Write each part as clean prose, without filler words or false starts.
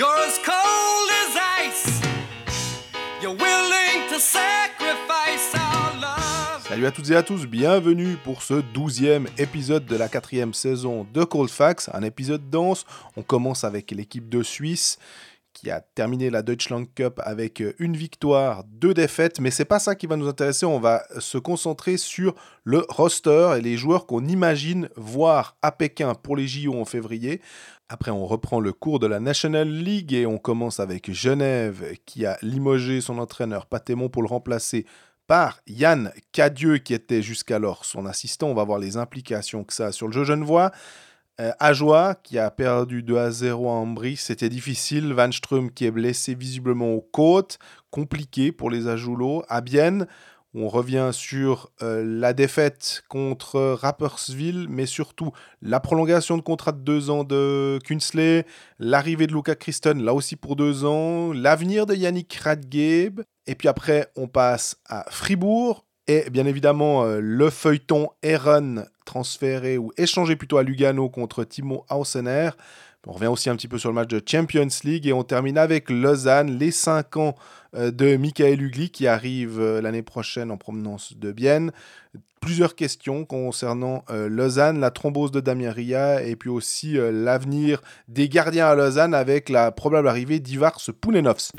You're as cold as ice. You're willing to sacrifice our love. Salut à toutes et à tous, bienvenue pour ce 12e épisode de la 4e saison de Cold Facts, un épisode dense. On commence avec l'équipe de Suisse qui a terminé la Deutschland Cup avec une victoire, 2 défaites, mais c'est pas ça qui va nous intéresser, on va se concentrer sur le roster et les joueurs qu'on imagine voir à Pékin pour les JO en février. Après, on reprend le cours de la National League et on commence avec Genève qui a limogé son entraîneur Patémon pour le remplacer par Yann Cadieux qui était jusqu'alors son assistant. On va voir les implications que ça a sur le jeu genevois. Ajoie qui a perdu 2-0 à Ambry, c'était difficile. Van Ström qui est blessé visiblement aux côtes, compliqué pour les Ajoulots. À Bienne, on revient sur la défaite contre Rapperswil, mais surtout la prolongation de contrat de 2 ans de Künzle, l'arrivée de Luca Christen, là aussi pour 2 ans, l'avenir de Yannick Radgeb. Et puis après, on passe à Fribourg. Et bien évidemment, le feuilleton Heron transféré ou échangé plutôt à Lugano contre Timo Hausener. On revient aussi un petit peu sur le match de Champions League et on termine avec Lausanne, les 5 ans de Michael Hugli qui arrive l'année prochaine en provenance de Bienne. Plusieurs questions concernant Lausanne, la thrombose de Damien Ria et puis aussi l'avenir des gardiens à Lausanne avec la probable arrivée d'Ivars Pounenovs.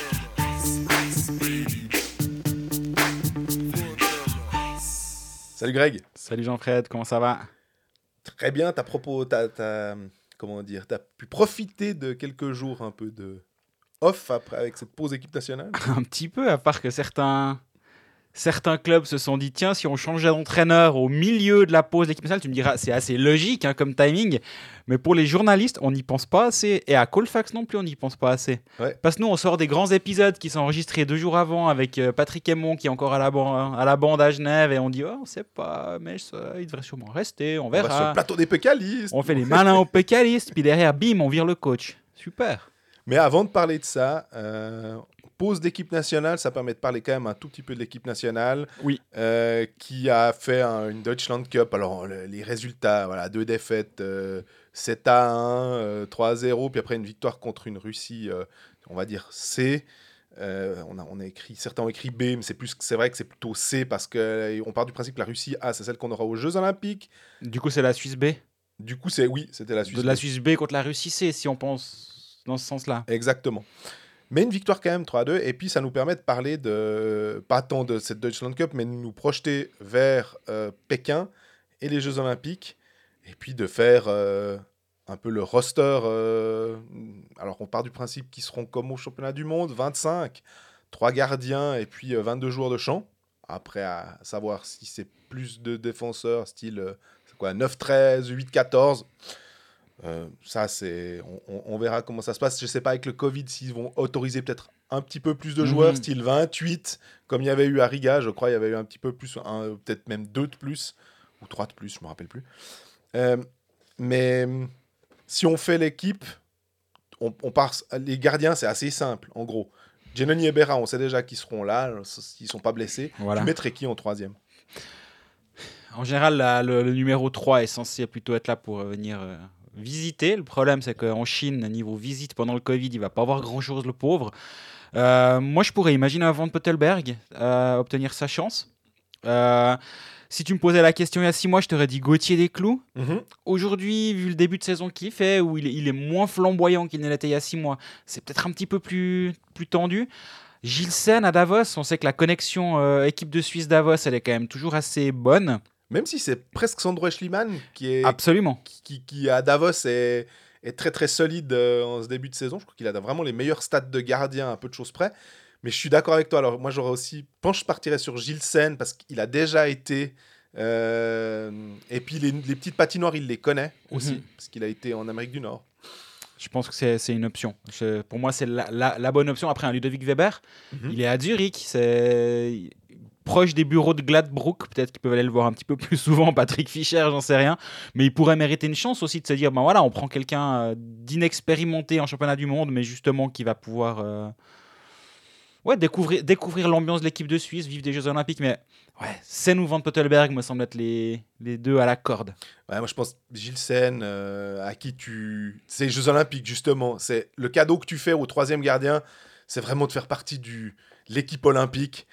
Salut Greg. Salut Jean-Fred, comment ça va ? Très bien, t'as pu profiter de quelques jours un peu de off après avec cette pause équipe nationale. Un petit peu, à part que certains clubs se sont dit tiens, si on changeait d'entraîneur au milieu de la pause d'équipe nationale, tu me diras c'est assez logique comme timing, mais pour les journalistes, on n'y pense pas assez, et à Colfax non plus, on n'y pense pas assez. Ouais. Parce que nous, on sort des grands épisodes qui sont enregistrés 2 jours avant avec Patrick Aymon qui est encore à la bande à Genève, et on dit on sait pas, mais ça, il devrait sûrement rester, on verra. On va sur le plateau des pécalistes. On fait les malins aux pécalistes, puis derrière, bim, on vire le coach. Super. Mais avant de parler de ça, pause d'équipe nationale, ça permet de parler quand même un tout petit peu de l'équipe nationale. Oui. Qui a fait une Deutschland Cup. Alors, les résultats, voilà, 2 défaites, 7-1, 3-0, puis après une victoire contre une Russie, on va dire C. On a écrit, certains ont écrit B, mais c'est vrai que c'est plutôt C parce qu'on part du principe que la Russie A, c'est celle qu'on aura aux Jeux Olympiques. Du coup, c'est la Suisse B. Du coup, c'était la Suisse De B. la Suisse B contre la Russie C, si on pense dans ce sens-là. Exactement. Mais une victoire quand même 3-2, et puis ça nous permet de parler pas tant de cette Deutschland Cup, mais de nous projeter vers Pékin et les Jeux Olympiques, et puis de faire un peu le roster. Alors on part du principe qu'ils seront comme au championnat du monde, 25, 3 gardiens et puis 22 joueurs de champ. Après, à savoir si c'est plus de défenseurs, style 9-13, 8-14. Ça, on verra comment ça se passe. Je ne sais pas avec le Covid s'ils vont autoriser peut-être un petit peu plus de joueurs, style 28, comme il y avait eu à Riga. Je crois il y avait eu un petit peu plus, peut-être même 2 de plus, ou 3 de plus, je ne me rappelle plus. Mais si on fait l'équipe, on part, les gardiens, c'est assez simple, en gros. Genoni et Berra, on sait déjà qu'ils seront là, s'ils ne sont pas blessés. Voilà. Tu mettrais qui en 3e ? En général, le numéro 3 est censé plutôt être là pour venir visiter. Le problème, c'est qu'en Chine, niveau visite pendant le Covid, il ne va pas avoir grand-chose, le pauvre. Moi, je pourrais imaginer un Van Pottelberg obtenir sa chance. Si tu me posais la question il y a 6 mois, je t'aurais dit Gauthier Desclous. Aujourd'hui, vu le début de saison qu'il fait, où il est moins flamboyant qu'il ne l'était il y a 6 mois, c'est peut-être un petit peu plus tendu. Gilsen à Davos, on sait que la connexion équipe de Suisse Davos, elle est quand même toujours assez bonne. Même si c'est presque Sandro Schliemann qui est absolument qui à Davos est très très solide en ce début de saison. Je crois qu'il a vraiment les meilleurs stats de gardien à peu de choses près. Mais je suis d'accord avec toi. Alors moi j'aurais aussi, je pense que je partirais sur Gilsen parce qu'il a déjà été et puis les petites patinoires il les connaît aussi parce qu'il a été en Amérique du Nord. Je pense que c'est une option. Pour moi, c'est la bonne option. Après, un Ludovic Weber, il est à Zurich. C'est proche des bureaux de Gladbrook. Peut-être qu'ils peuvent aller le voir un petit peu plus souvent. Patrick Fischer, j'en sais rien. Mais il pourrait mériter une chance aussi de se dire, voilà, on prend quelqu'un d'inexpérimenté en championnat du monde, mais justement qui va pouvoir Ouais, découvrir l'ambiance de l'équipe de Suisse, vivre des Jeux Olympiques, mais ouais, Sen ou Van Pottelberg me semblent être les deux à la corde. Ouais, moi je pense Gilles Sen, à qui c'est les Jeux Olympiques justement. C'est le cadeau que tu fais au troisième gardien, c'est vraiment de faire partie de l'équipe olympique.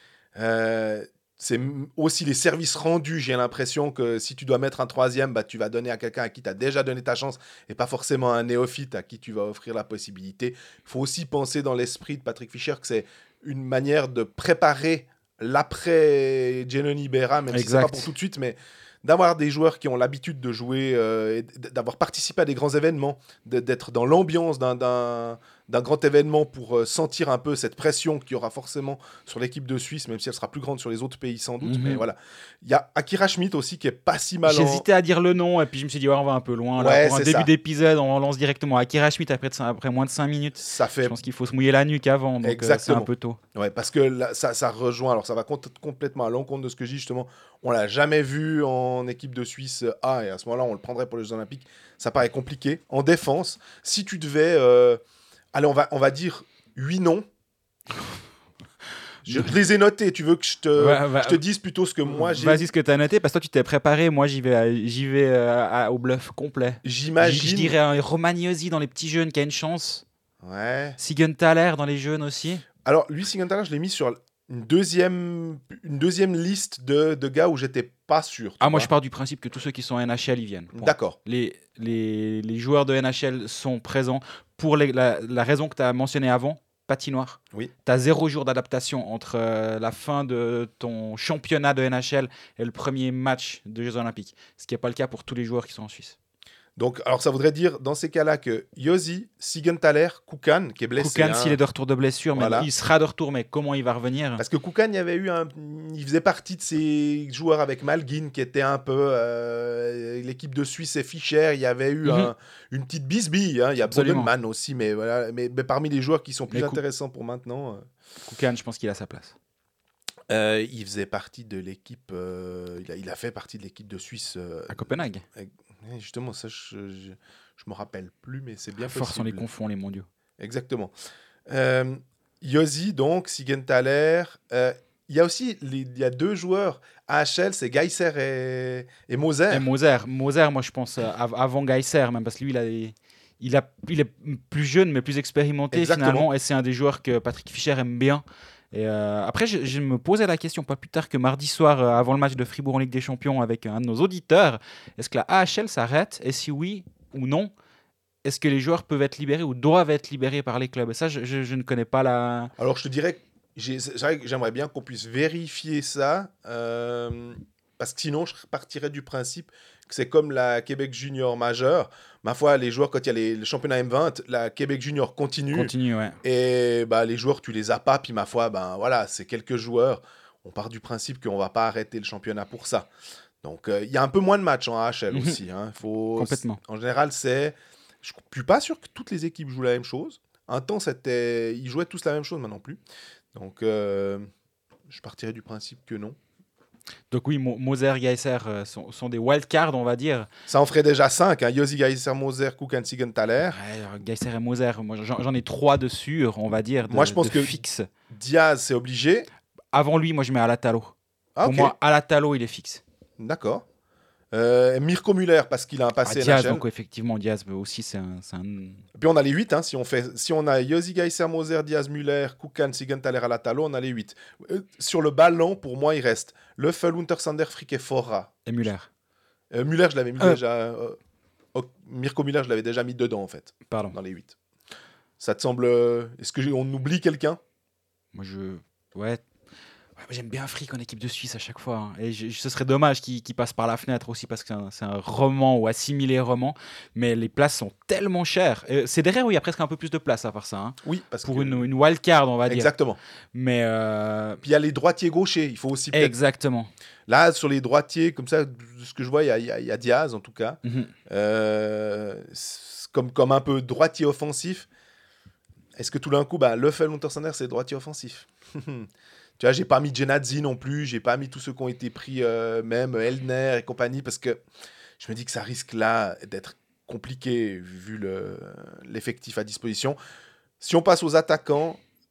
Aussi les services rendus. J'ai l'impression que si tu dois mettre un troisième, bah, tu vas donner à quelqu'un à qui tu as déjà donné ta chance et pas forcément un néophyte à qui tu vas offrir la possibilité. Il faut aussi penser dans l'esprit de Patrick Fischer que c'est une manière de préparer l'après Giannoni Berra, même si c'est pas pour tout de suite, mais d'avoir des joueurs qui ont l'habitude de jouer, et d'avoir participé à des grands événements, d'être dans l'ambiance d'un grand événement pour sentir un peu cette pression qu'il y aura forcément sur l'équipe de Suisse, même si elle sera plus grande sur les autres pays sans doute. Mais voilà. Il y a Akira Schmidt aussi qui est pas si mal. J'hésitais à dire le nom et puis je me suis dit, ouais, on va un peu loin. Là, pour un début d'épisode, on lance directement Akira Schmidt après moins de 5 minutes. Je pense qu'il faut se mouiller la nuque avant, donc c'est un peu tôt. Ouais, parce que là, ça rejoint, alors ça va complètement à l'encontre de ce que je dis justement. On l'a jamais vu en équipe de Suisse A et à ce moment-là, on le prendrait pour les Jeux Olympiques. Ça paraît compliqué. En défense, si tu devais... Allez, on va dire 8 noms. Je les ai notés. Tu veux que je te dise plutôt ce que moi j'ai... Vas-y, ce que tu as noté, parce que toi, tu t'es préparé. Moi, j'y vais au bluff complet. J'imagine... Je dirais un Romagnosi dans les petits jeunes qui a une chance. Ouais. Siegenthaler dans les jeunes aussi. Alors, lui, Siegenthaler, je l'ai mis sur une deuxième liste de gars où j'étais pas sûr. Moi, je pars du principe que tous ceux qui sont en NHL, ils viennent. Bon. D'accord. Les joueurs de NHL sont présents pour la raison que tu as mentionnée avant, patinoire. Oui. Tu as 0 jour d'adaptation entre la fin de ton championnat de NHL et le premier match de Jeux Olympiques, ce qui n'est pas le cas pour tous les joueurs qui sont en Suisse. Donc, alors ça voudrait dire dans ces cas-là que Josi, Siegenthaler, Kukan, qui est blessé. Kukan, s'il est de retour de blessure, voilà. Mais il sera de retour, mais comment il va revenir ? Parce que Kukan, il faisait partie de ces joueurs avec Malgin, qui était un peu l'équipe de Suisse et Fischer. Il y avait eu une petite bisbille. Hein. Il y a Bodenman aussi, mais voilà. Mais parmi les joueurs qui sont plus intéressants pour maintenant. Kukan, je pense qu'il a sa place. Il faisait partie de l'équipe. Il a fait partie de l'équipe de Suisse à Copenhague. Justement, ça, je me rappelle plus, mais c'est bien possible. Force, on les confond, les mondiaux. Exactement. Josi, donc, Siegenthaler. Il y a aussi il y a 2 joueurs à HL, c'est Geisser et Moser. Moser, moi, je pense avant Geisser, même, parce que lui, il est plus jeune, mais plus expérimenté, finalement, et c'est un des joueurs que Patrick Fischer aime bien. Et après, je me posais la question, pas plus tard que mardi soir, avant le match de Fribourg en Ligue des Champions, avec un de nos auditeurs, est-ce que la AHL s'arrête ? Et si oui ou non, est-ce que les joueurs peuvent être libérés ou doivent être libérés par les clubs ? Et ça, je ne connais pas la... Alors, je te dirais que c'est vrai que j'aimerais bien qu'on puisse vérifier ça, parce que sinon, je partirais du principe que c'est comme la Québec Junior majeure. Ma foi, les joueurs, quand il y a le championnat M20, la Québec Junior continue. Ouais. Et les joueurs, tu les as pas. Puis ma foi, voilà, c'est quelques joueurs. On part du principe qu'on va pas arrêter le championnat pour ça. Donc, il y a un peu moins de matchs en AHL aussi. Hein. Complètement. En général, je suis pas sûr que toutes les équipes jouent la même chose. Un temps, ils jouaient tous la même chose, maintenant plus. Donc, je partirais du principe que non. Donc oui, Moser, Geisser sont des wildcards, on va dire. Ça en ferait déjà 5. Hein. Josi, Geisser, Moser, Kukan, Siegenthaler. Ouais, Geisser et Moser, moi, j'en ai 3 de sûrs, on va dire, moi, je pense que fixe. Diaz, c'est obligé. Avant lui, moi, je mets Alatalo. Pour moi, Alatalo, il est fixe. D'accord. Mirko Müller, parce qu'il a un passé Diaz, NHL. donc effectivement, Diaz aussi, c'est un... Et puis on a les 8, hein, si on a Josi, Geisser, Moser, Diaz, Müller, Kukan, Siegenthaler, Alatalo, on a les 8. Sur le ballon, pour moi, il reste Löffel, Untersander, Frick et Fora. Et Müller. Müller, je l'avais mis déjà... Mirko Müller, je l'avais déjà mis dedans, en fait. Pardon. Dans les 8. Ça te semble... Est-ce qu'on oublie quelqu'un ? Moi, Ouais, j'aime bien Frick en équipe de Suisse à chaque fois. Hein. Et ce serait dommage qu'il passe par la fenêtre aussi parce que c'est un roman ou assimilé roman. Mais les places sont tellement chères. C'est derrière où il y a presque un peu plus de place à part ça. Hein. Oui, parce pour une wildcard, on va dire. Exactement. Mais puis il y a les droitiers gauchers. Il faut aussi peut-être... Exactement. Là, sur les droitiers, comme ça, ce que je vois, il y a Diaz en tout cas. Comme un peu droitier offensif. Est-ce que tout d'un coup, Löffel, Untersander, c'est droitier offensif? Tu vois, j'ai pas mis Genadzi non plus, j'ai pas mis tous ceux qui ont été pris, même Elner et compagnie, parce que je me dis que ça risque là d'être compliqué vu l'effectif à disposition. Si on passe aux attaquants,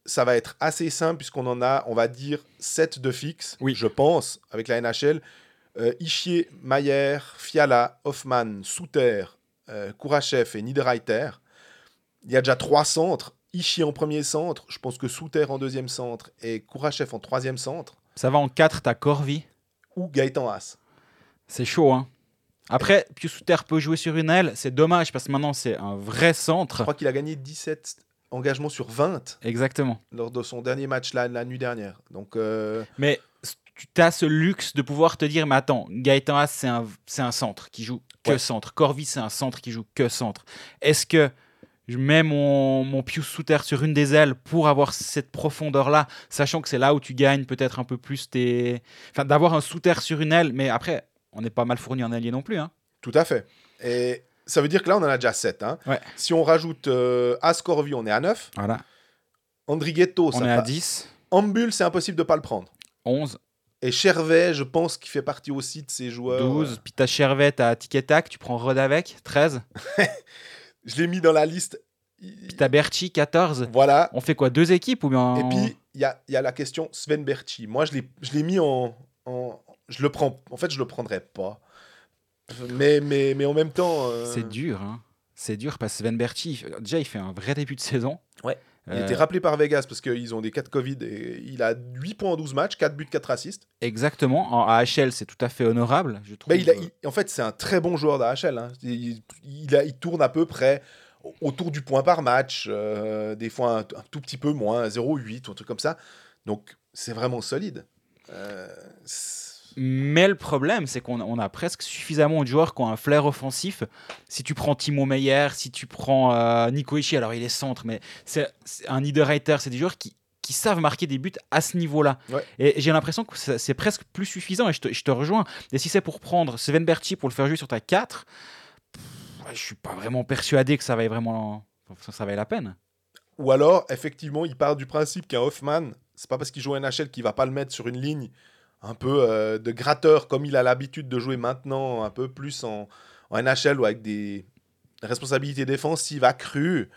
ça va être assez simple puisqu'on en a, on va dire, 7 de fixe, Oui. je pense, avec la NHL. Ischier, Mayer, Fiala, Hoffman, Souter, Kourachev et Niederreiter. Il y a déjà 3 centres. Ischier en premier centre, je pense que Souter en deuxième centre et Kourachev en troisième centre. Ça va en 4, t'as Corvi. Ou Gaëtan Haas. C'est chaud, hein. Après, Pius Souter peut jouer sur une aile. C'est dommage parce que maintenant, c'est un vrai Je centre. crois qu'il a gagné 17 engagements sur 20 Exactement. lors de son dernier match la nuit dernière. Donc, Mais tu as ce luxe de pouvoir te dire, mais attends, Gaëtan Haas, c'est un centre qui joue que Ouais. centre. Corvi, c'est un centre qui joue que centre. Est-ce que je mets mon Pius Souter sur une des ailes pour avoir cette profondeur-là, sachant que c'est là où tu gagnes peut-être un peu plus Enfin, d'avoir un Souter sur une aile, mais après, on n'est pas mal fourni en allié non plus. Hein. tout à fait. Et ça veut dire que là, on en a déjà 7. Hein. Ouais. Si on rajoute Haas Corvi, on est à 9. Voilà. Andrighetto, On est à 10, Ambul, c'est impossible de ne pas le prendre. 11, Et Chervet, je pense qu'il fait partie aussi de ces joueurs. 12. Puis t'as Chervet, t'as Tic et Tac, tu prends Rod avec, 13. Je l'ai mis dans la liste. Puis t'as Berchi, 14. Voilà. On fait quoi, 2 équipes ou bien Et puis, il y a la question Sven Berchi. Moi, je l'ai mis je le prends. En fait, je le prendrais pas. Mais en même temps. C'est dur, hein. C'est dur parce que Sven Berchi, déjà, il fait un vrai début de saison. Ouais. Il était rappelé par Vegas parce qu'ils ont des cas de Covid et il a 8 points en 12 matchs, 4 buts, 4 assists. Exactement. En AHL, c'est tout à fait honorable, je trouve. En fait, c'est un très bon joueur d'AHL. Hein. Il tourne à peu près autour du point par match, des fois un tout petit peu moins, 0,8 ou un truc comme ça. Donc, c'est vraiment solide. Mais le problème, c'est qu'on a presque suffisamment de joueurs qui ont un flair offensif. Si tu prends Timo Meyer, si tu prends Nico Hischier, alors il est centre, mais c'est un Niederreiter, c'est des joueurs qui savent marquer des buts à ce niveau-là. Ouais. Et j'ai l'impression que c'est presque plus suffisant, et je te rejoins. Et si c'est pour prendre Sven Berchi pour le faire jouer sur ta 4, je suis pas vraiment persuadé que ça vaille la peine. Ou alors, effectivement, il part du principe qu'un Hoffman, c'est pas parce qu'il joue en NHL qu'il va pas le mettre sur une ligne un peu de gratteur comme il a l'habitude de jouer maintenant, un peu plus en NHL ou avec des responsabilités défensives accrues.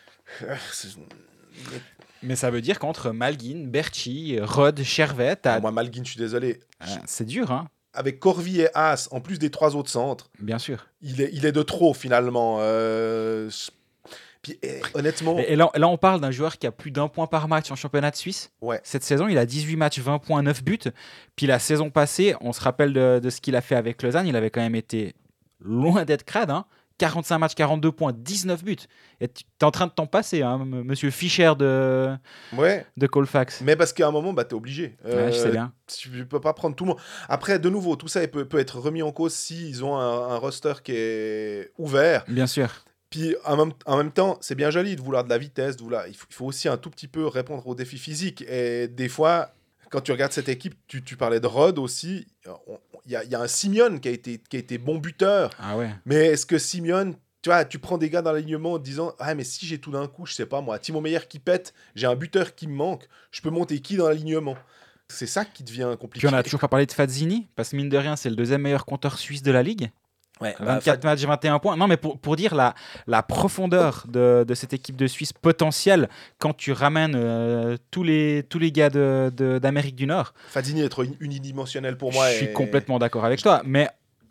Mais ça veut dire qu'entre Malgin, Berchi, Rod, Chervet, Moi, Malgin, je suis désolé. c'est dur, hein. Avec Corvi et Haas, en plus des 3 autres centres, Bien sûr. il est de trop finalement. Puis, honnêtement, Et là, on parle d'un joueur qui a plus d'1 point par match en championnat de Suisse. ouais. Cette saison, il a 18 matchs, 20 points, 9 buts. Puis la saison passée, on se rappelle de ce qu'il a fait avec Lausanne. Il avait quand même été loin d'être crade. Hein. 45 matchs, 42 points, 19 buts. Et tu es en train de t'en passer, hein, monsieur Fischer de Colfax. Mais parce qu'à un moment, bah, tu es obligé. Ouais, je sais bien. Tu ne peux pas prendre tout le monde. Après, de nouveau, tout ça peut être remis en cause s'ils ont un roster qui est ouvert. Bien sûr. Puis en même temps, c'est bien joli de vouloir de la vitesse. Il faut aussi un tout petit peu répondre aux défis physiques. Et des fois, quand tu regardes cette équipe, tu parlais de Rod aussi. Il y a un Simeone qui a été bon buteur. Ah ouais. Mais est-ce que Simeone, tu vois, tu prends des gars dans l'alignement en te disant ah mais si j'ai tout d'un coup, je sais pas moi, Timo Meyer qui pète, j'ai un buteur qui me manque, je peux monter qui dans l'alignement? C'est ça qui devient compliqué. Puis on a toujours pas parlé de Fazzini, parce que mine de rien, c'est le 2e meilleur compteur suisse de la ligue. Ouais, 24 matchs, 21 points. Non, mais pour dire la profondeur de cette équipe de Suisse potentielle, quand tu ramènes tous les gars d'Amérique du Nord. Fazzini est trop unidimensionnel pour moi. Je suis complètement d'accord avec toi. Mais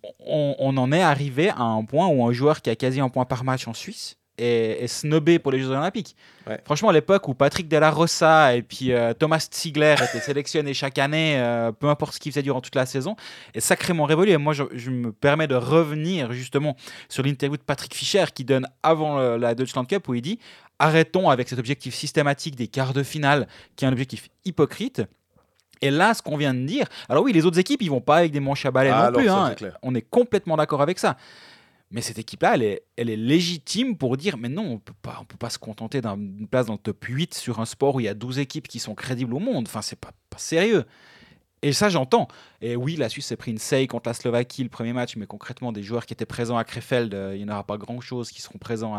on en est arrivé à un point où un joueur qui a quasi 1 point par match en Suisse est snobé pour les Jeux Olympiques. Ouais. Franchement, à l'époque où Patrick Della Rosa et puis Thomas Ziegler étaient sélectionnés chaque année, peu importe ce qu'ils faisaient durant toute la saison, est sacrément révolu. Et moi, je me permets de revenir justement sur l'interview de Patrick Fischer qui donne avant la Deutschland Cup où il dit « Arrêtons avec cet objectif systématique des quarts de finale qui est un objectif hypocrite. » Et là, ce qu'on vient de dire, alors oui, les autres équipes, ils vont pas avec des manches à balai non plus. Ça, hein. On est complètement d'accord avec ça. Mais cette équipe-là, elle est légitime pour dire mais non, on peut pas se contenter d'une place dans le top 8 sur un sport où il y a 12 équipes qui sont crédibles au monde. Enfin, c'est pas sérieux. Et ça, j'entends. Et oui, la Suisse s'est pris une seille contre la Slovaquie le premier match, mais concrètement, des joueurs qui étaient présents à Krefeld, il n'y en aura pas grand-chose qui seront présents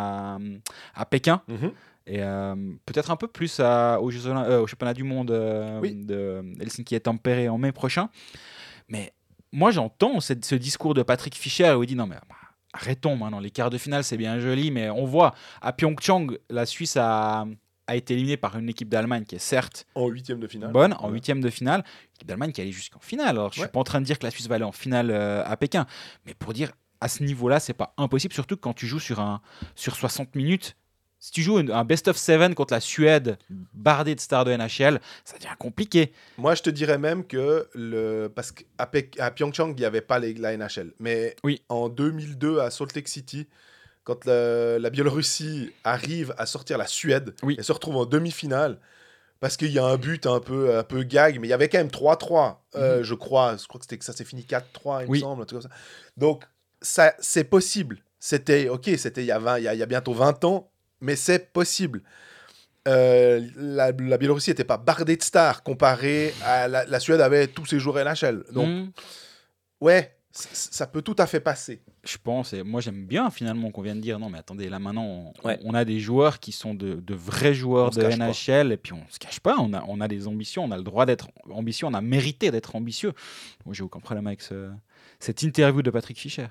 à Pékin. Mm-hmm. Et peut-être un peu plus au championnat du monde de Helsinki et Tampere en mai prochain. Mais moi, j'entends ce discours de Patrick Fischer où il dit non, mais arrêtons maintenant, les quarts de finale c'est bien joli, mais on voit à Pyeongchang, la Suisse a a été éliminé par une équipe d'Allemagne qui est certes En huitième de finale. bonne, en huitième de finale. L'équipe d'Allemagne qui allait jusqu'en finale. Alors, je ne suis pas en train de dire que la Suisse va aller en finale à Pékin, mais pour dire, à ce niveau-là, c'est pas impossible, surtout quand tu joues sur 60 minutes. Si tu joues un best of 7 contre la Suède, bardée de stars de NHL, ça devient compliqué. Moi, je te dirais même que parce qu'à Pyeongchang, il n'y avait pas la NHL. Mais Oui. en 2002, à Salt Lake City, quand la Biélorussie arrive à sortir la Suède et se retrouve en demi-finale, parce qu'il y a un but un peu gag, mais il y avait quand même 3-3, je crois. Je crois que ça s'est fini 4-3, il me semble. Un truc comme ça. Donc, ça, c'est possible. C'était il y a bientôt 20 ans, mais c'est possible. La Biélorussie n'était pas bardée de stars comparé à la Suède avait tous ses joueurs NHL. Donc, ouais, ça peut tout à fait passer. Je pense, et moi j'aime bien finalement qu'on vienne dire non mais attendez, là maintenant on a des joueurs qui sont de vrais joueurs de NHL et puis on se cache pas, on a des ambitions, on a le droit d'être ambitieux, on a mérité d'être ambitieux. Moi j'ai aucun problème avec cette interview de Patrick Fischer.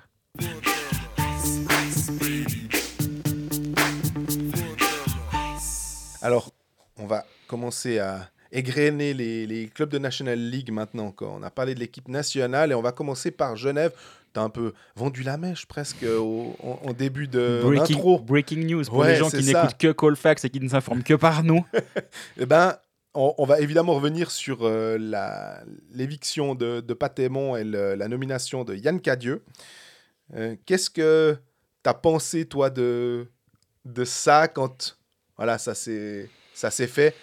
Alors, on va commencer à égrener les clubs de National League maintenant. On a parlé de l'équipe nationale et on va commencer par Genève. Tu as un peu vendu la mèche presque en début d'intro. Breaking news pour les gens qui n'écoutent que Colfax et qui ne s'informent que par nous. Eh ben, on va évidemment revenir sur l'éviction de Pat Aymon et la nomination de Yann Cadieux. Qu'est-ce que tu as pensé, toi, de ça quand... Voilà, ça s'est fait.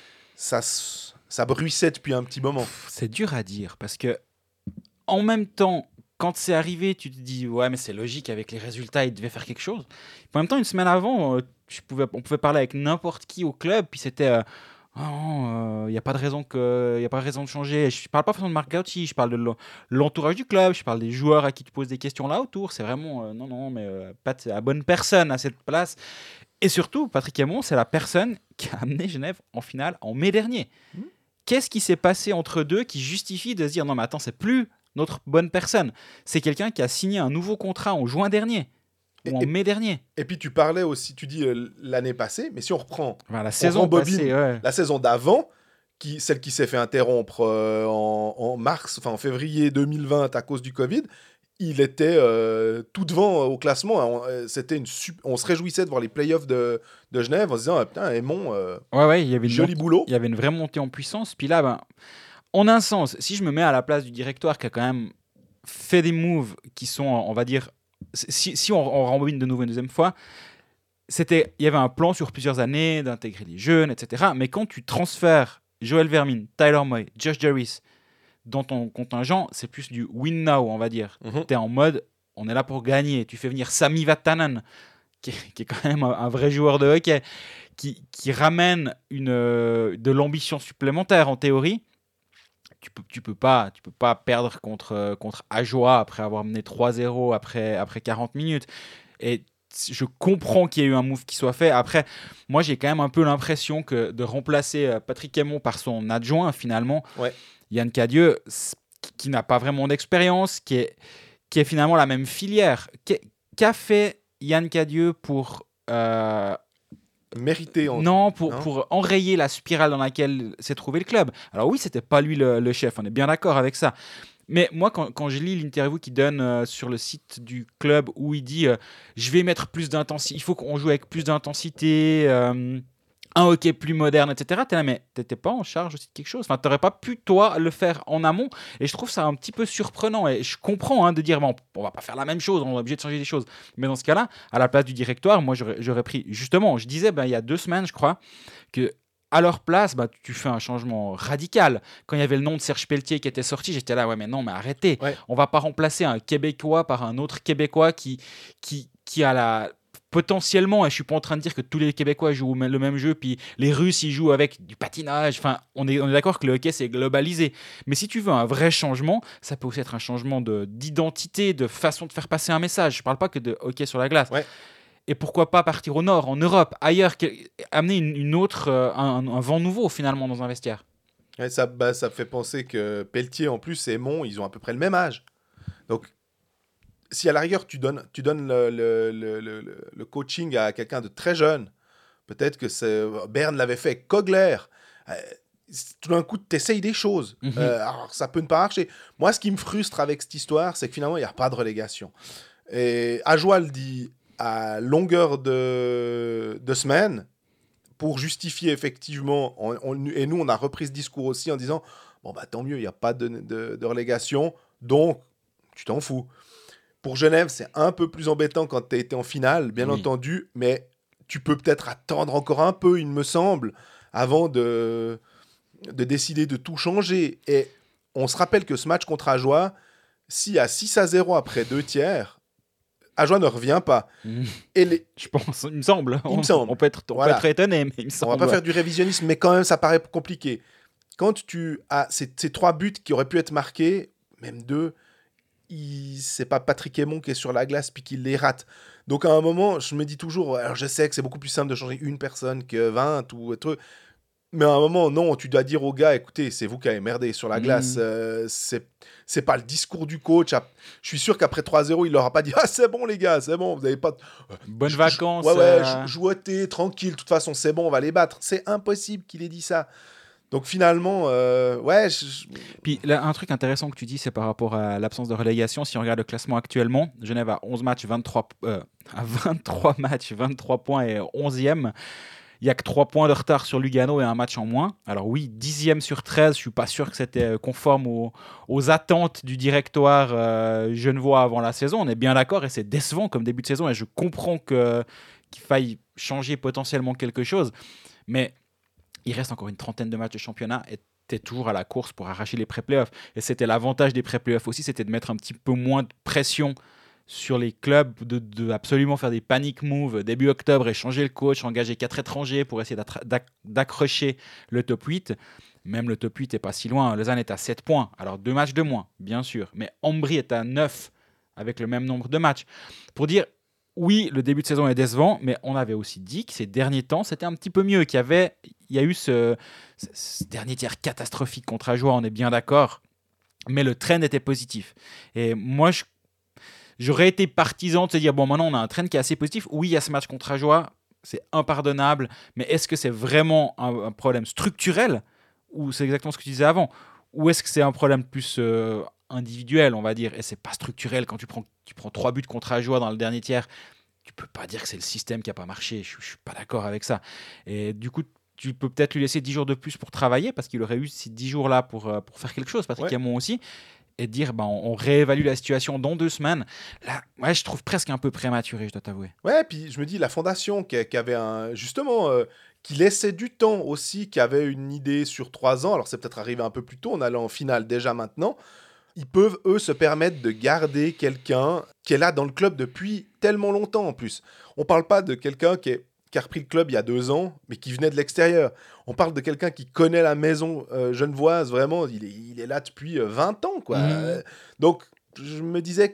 Ça bruissait depuis un petit moment. C'est dur à dire parce que, en même temps, quand c'est arrivé, tu te dis ouais, mais c'est logique avec les résultats, il devait faire quelque chose. En même temps, une semaine avant, on pouvait parler avec n'importe qui au club, puis c'était il n'y a pas de raison de changer. Je parle pas forcément de Marc Gauchi, je parle de l'entourage du club, je parle des joueurs à qui tu poses des questions là autour. C'est vraiment non, mais Pat, c'est la bonne personne à cette place. Et surtout, Patrick Aymon, c'est la personne qui a amené Genève en finale en mai dernier. Qu'est-ce qui s'est passé entre deux qui justifie de se dire non mais attends, c'est plus notre bonne personne. C'est quelqu'un qui a signé un nouveau contrat en juin dernier ou en mai dernier. Et puis tu parlais aussi, tu dis l'année passée, mais si on reprend la saison passée, la saison d'avant, celle qui s'est fait interrompre en février 2020 à cause du Covid, il était tout devant au classement. On se réjouissait de voir les playoffs de Genève en se disant putain, Aymon, il y avait joli boulot. Il y avait une vraie montée en puissance. Puis là, en un sens, si je me mets à la place du directoire qui a quand même fait des moves qui sont, on va dire, si on rembobine de nouveau une deuxième fois, il y avait un plan sur plusieurs années d'intégrer les jeunes, etc. Mais quand tu transfères Joel Vermin, Tyler Moy, Josh Jarvis dans ton contingent, c'est plus du win now, on va dire. Tu es en mode, on est là pour gagner. Tu fais venir Sami Vatanen, qui est quand même un vrai joueur de hockey, qui ramène de l'ambition supplémentaire en théorie. Tu peux pas perdre contre Ajoa après avoir mené 3-0 après 40 minutes. Et je comprends qu'il y ait eu un move qui soit fait. Après, moi, j'ai quand même un peu l'impression que de remplacer Patrick Aymon par son adjoint, finalement, Yann Cadieux, qui n'a pas vraiment d'expérience, qui est finalement la même filière. Qu'a fait Yann Cadieux pour... mérité pour enrayer la spirale dans laquelle s'est trouvé le club. Alors oui, c'était pas lui le chef, on est bien d'accord avec ça. Mais moi, quand je lis l'interview qu'il donne sur le site du club où il dit je vais mettre plus d'intensité, il faut qu'on joue avec plus d'intensité, un hockey plus moderne, etc. T'es là, mais t'étais pas en charge aussi de quelque chose. Enfin, t'aurais pas pu, toi, le faire en amont. Et je trouve ça un petit peu surprenant. Et je comprends de dire, bon, on va pas faire la même chose, on est obligé de changer des choses. Mais dans ce cas-là, à la place du directoire, moi, j'aurais pris... Justement, je disais, il y a 2 semaines, je crois, que à leur place, tu fais un changement radical. Quand il y avait le nom de Serge Pelletier qui était sorti, j'étais là, mais non, mais arrêtez. On va pas remplacer un Québécois par un autre Québécois qui a la... Potentiellement, et je suis pas en train de dire que tous les Québécois jouent le même jeu, puis les Russes ils jouent avec du patinage. Enfin, on est d'accord que le hockey c'est globalisé. Mais si tu veux un vrai changement, ça peut aussi être un changement d'identité, de façon de faire passer un message. Je parle pas que de hockey sur la glace. Et pourquoi pas partir au nord, en Europe, ailleurs, amener une autre, un vent nouveau finalement dans un vestiaire. Ça fait penser que Pelletier en plus et Aymon, ils ont à peu près le même âge. Donc si à la rigueur tu donnes le coaching à quelqu'un de très jeune, Peut-être que Berne l'avait fait avec Kogler. Tout d'un coup, tu essayes des choses. Alors, ça peut ne pas marcher. Moi, ce qui me frustre avec cette histoire, c'est que finalement, il n'y a pas de relégation. Et Ajoie le dit à longueur de semaine pour justifier effectivement. Et nous, on a repris ce discours aussi en disant bon, bah tant mieux, il n'y a pas de relégation, donc tu t'en fous. Pour Genève, c'est un peu plus embêtant quand tu as été en finale, bien entendu, mais tu peux peut-être attendre encore un peu, il me semble, avant de décider de tout changer. Et on se rappelle que ce match contre Ajoie, s'il y a 6-0 après 2 tiers, Ajoie ne revient pas. Je pense, il me semble. Il me semble. On peut être étonné, mais il me semble. On va pas faire du révisionnisme, mais quand même, ça paraît compliqué. Quand tu as ces 3 buts qui auraient pu être marqués, même 2, c'est pas Patrick Aymon qui est sur la glace puis qui les rate. Donc à un moment, je me dis toujours, alors je sais que c'est beaucoup plus simple de changer une personne que 20 ou autre. Mais à un moment, non, tu dois dire aux gars, écoutez, c'est vous qui avez merdé sur la glace. C'est pas le discours du coach. Je suis sûr qu'après 3-0, il leur a pas dit « Ah, c'est bon les gars, c'est bon, vous n'avez pas... » Bonnes vacances. Jouotez, tranquille, de toute façon, c'est bon, on va les battre. C'est impossible qu'il ait dit ça. Donc finalement, Puis là, un truc intéressant que tu dis, c'est par rapport à l'absence de relégation. Si on regarde le classement actuellement, Genève a 11 matchs, 23 matchs, 23 points et 11e. Il n'y a que 3 points de retard sur Lugano et un match en moins. Alors oui, 10e sur 13, je ne suis pas sûr que c'était conforme aux attentes du directoire genevois avant la saison. On est bien d'accord et c'est décevant comme début de saison et je comprends qu'il faille changer potentiellement quelque chose. Mais il reste encore une trentaine de matchs de championnat et tu es toujours à la course pour arracher les pré-playoffs. Et c'était l'avantage des pré-playoffs aussi, c'était de mettre un petit peu moins de pression sur les clubs, de absolument faire des panic moves début octobre et changer le coach, engager 4 étrangers pour essayer d'accrocher le top 8. Même le top 8 n'est pas si loin. Lausanne est à 7 points. Alors 2 matchs de moins, bien sûr. Mais Ambry est à 9 avec le même nombre de matchs. Pour dire, oui, le début de saison est décevant, mais on avait aussi dit que ces derniers temps, c'était un petit peu mieux. Il y a eu ce dernier tiers catastrophique contre Ajoie, on est bien d'accord. Mais le trend était positif. Et moi, j'aurais été partisan de se dire, bon, maintenant, on a un trend qui est assez positif. Oui, il y a ce match contre Ajoie, c'est impardonnable, mais est-ce que c'est vraiment un problème structurel ou c'est exactement ce que tu disais avant? Ou est-ce que c'est un problème plus individuel, on va dire, et c'est pas structurel quand tu prends 3 buts contre Ajoie dans le dernier tiers? Tu peux pas dire que c'est le système qui a pas marché. Je suis pas d'accord avec ça. Et du coup, tu peux peut-être lui laisser 10 jours de plus pour travailler parce qu'il aurait eu ces 10 jours-là pour faire quelque chose, Patrick Aymon aussi. Et dire on réévalue la situation dans 2 semaines. Là, ouais, je trouve presque un peu prématuré, je dois t'avouer. Ouais, puis je me dis, la fondation qui avait qui laissait du temps aussi, qui avait une idée sur 3 ans, alors c'est peut-être arrivé un peu plus tôt, en allant en finale déjà maintenant, ils peuvent, eux, se permettre de garder quelqu'un qui est là dans le club depuis tellement longtemps en plus. On parle pas de quelqu'un qui a repris le club il y a 2 ans, mais qui venait de l'extérieur. On parle de quelqu'un qui connaît la maison genevoise, vraiment, il est là depuis 20 ans, quoi. Donc, je me disais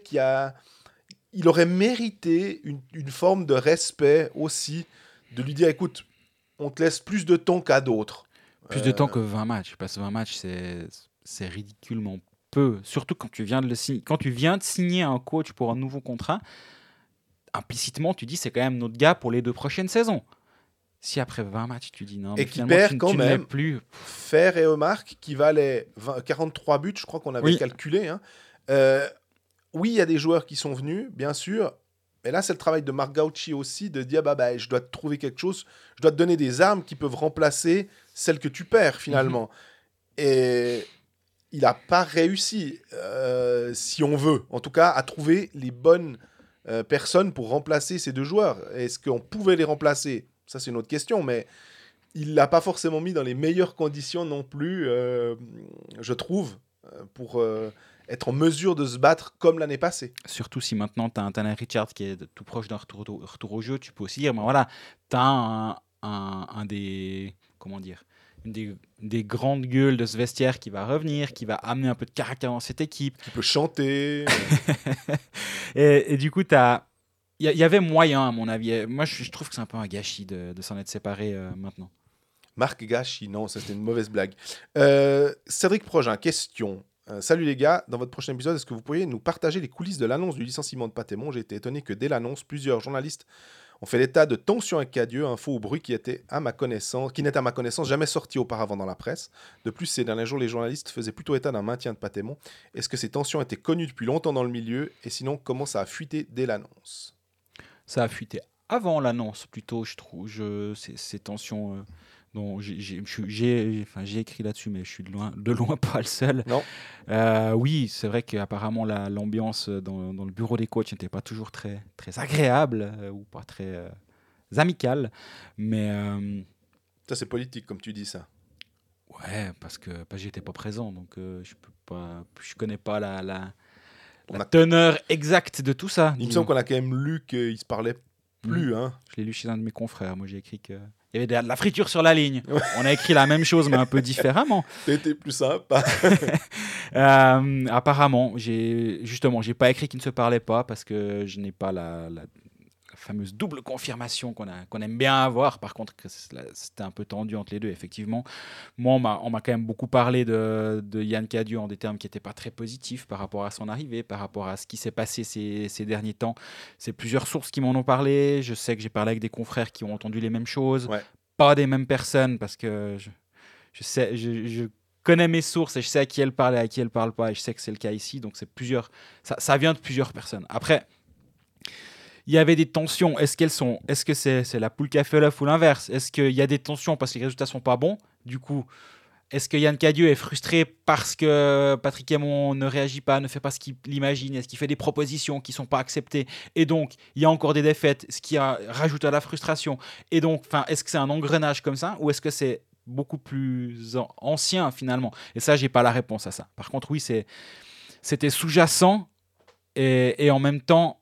il aurait mérité une forme de respect aussi, de lui dire, écoute, on te laisse plus de temps qu'à d'autres. Plus de temps que 20 matchs, parce que 20 matchs, c'est ridiculement peu. Surtout quand tu viens de signer un coach pour un nouveau contrat, implicitement, tu dis c'est quand même notre gars pour les 2 prochaines saisons. Si après 20 matchs, tu dis non, et qui perd quand même plus. Fer et Omark qui valaient 43 buts, je crois qu'on avait calculé. Hein. Oui, il y a des joueurs qui sont venus, bien sûr. Mais là, c'est le travail de Marc Gauchi aussi de dire je dois te trouver quelque chose, je dois te donner des armes qui peuvent remplacer celles que tu perds finalement. Et il n'a pas réussi, si on veut, en tout cas, à trouver les bonnes personnes pour remplacer ces 2 joueurs. Est-ce qu'on pouvait les remplacer? Ça, c'est une autre question, mais il ne l'a pas forcément mis dans les meilleures conditions non plus, je trouve, pour être en mesure de se battre comme l'année passée. Surtout si maintenant tu as un Tanner Richards qui est tout proche d'un retour au jeu, tu peux aussi dire, voilà, tu as un des... Comment dire, une des grandes gueules de ce vestiaire qui va revenir, qui va amener un peu de caractère dans cette équipe. Qui peut chanter. et du coup, il y avait moyen, à mon avis. Moi, je trouve que c'est un peu un gâchis de s'en être séparé maintenant. Marc Gâchis, non, ça c'était une mauvaise blague. Cédric Progin, question. Salut les gars, dans votre prochain épisode, est-ce que vous pourriez nous partager les coulisses de l'annonce du licenciement de Patémon? J'ai été étonné que dès l'annonce, plusieurs journalistes On fait l'état de tensions avec Cadieux, info ou bruit qui n'est à ma connaissance jamais sorti auparavant dans la presse. De plus, ces derniers jours, les journalistes faisaient plutôt état d'un maintien de Patémon. Est-ce que ces tensions étaient connues depuis longtemps dans le milieu? Et sinon, comment ça a fuité dès l'annonce? Ça a fuité avant l'annonce, plutôt, je trouve. Ces tensions dont j'ai écrit là-dessus, mais je suis de loin pas le seul. Non. Oui, c'est vrai qu'apparemment l'ambiance dans le bureau des coachs n'était pas toujours très, très agréable ou pas très amicale. Mais Ça, c'est politique, comme tu dis ça. ouais, parce que j'étais pas présent, donc je connais pas la On a- teneur exacte de tout ça. Il me semble qu'on a quand même lu qu'ils se parlaient plus. Hein. Je l'ai lu chez un de mes confrères. Moi, j'ai écrit qu'il y avait de la friture sur la ligne. Ouais. On a écrit la même chose, mais un peu différemment. C'était plus sympa. Apparemment, j'ai pas écrit qu'ils ne se parlaient pas parce que je n'ai pas la fameuse double confirmation qu'on aime bien avoir. Par contre, c'était un peu tendu entre les deux, effectivement. Moi, on m'a quand même beaucoup parlé de Yann Cadieux en des termes qui n'étaient pas très positifs par rapport à son arrivée, par rapport à ce qui s'est passé ces derniers temps. C'est plusieurs sources qui m'en ont parlé. Je sais que j'ai parlé avec des confrères qui ont entendu les mêmes choses. Ouais. Pas des mêmes personnes, parce que je connais mes sources et je sais à qui elles parlent et à qui elles parlent pas. Et je sais que c'est le cas ici. Donc, ça vient de plusieurs personnes. Après, il y avait des tensions. Est-ce que c'est la poule qui a fait l'œuf ou l'inverse? Est-ce qu'il y a des tensions parce que les résultats sont pas bons? Du coup, est-ce que Yann Cadieux est frustré parce que Patrick Aymon ne réagit pas, ne fait pas ce qu'il imagine? Est-ce qu'il fait des propositions qui sont pas acceptées? Et donc, il y a encore des défaites, ce qui rajoute à la frustration. Et donc, est-ce que c'est un engrenage comme ça? Ou est-ce que c'est beaucoup plus ancien finalement? Et ça, j'ai pas la réponse à ça. Par contre, oui, c'était sous-jacent. Et en même temps...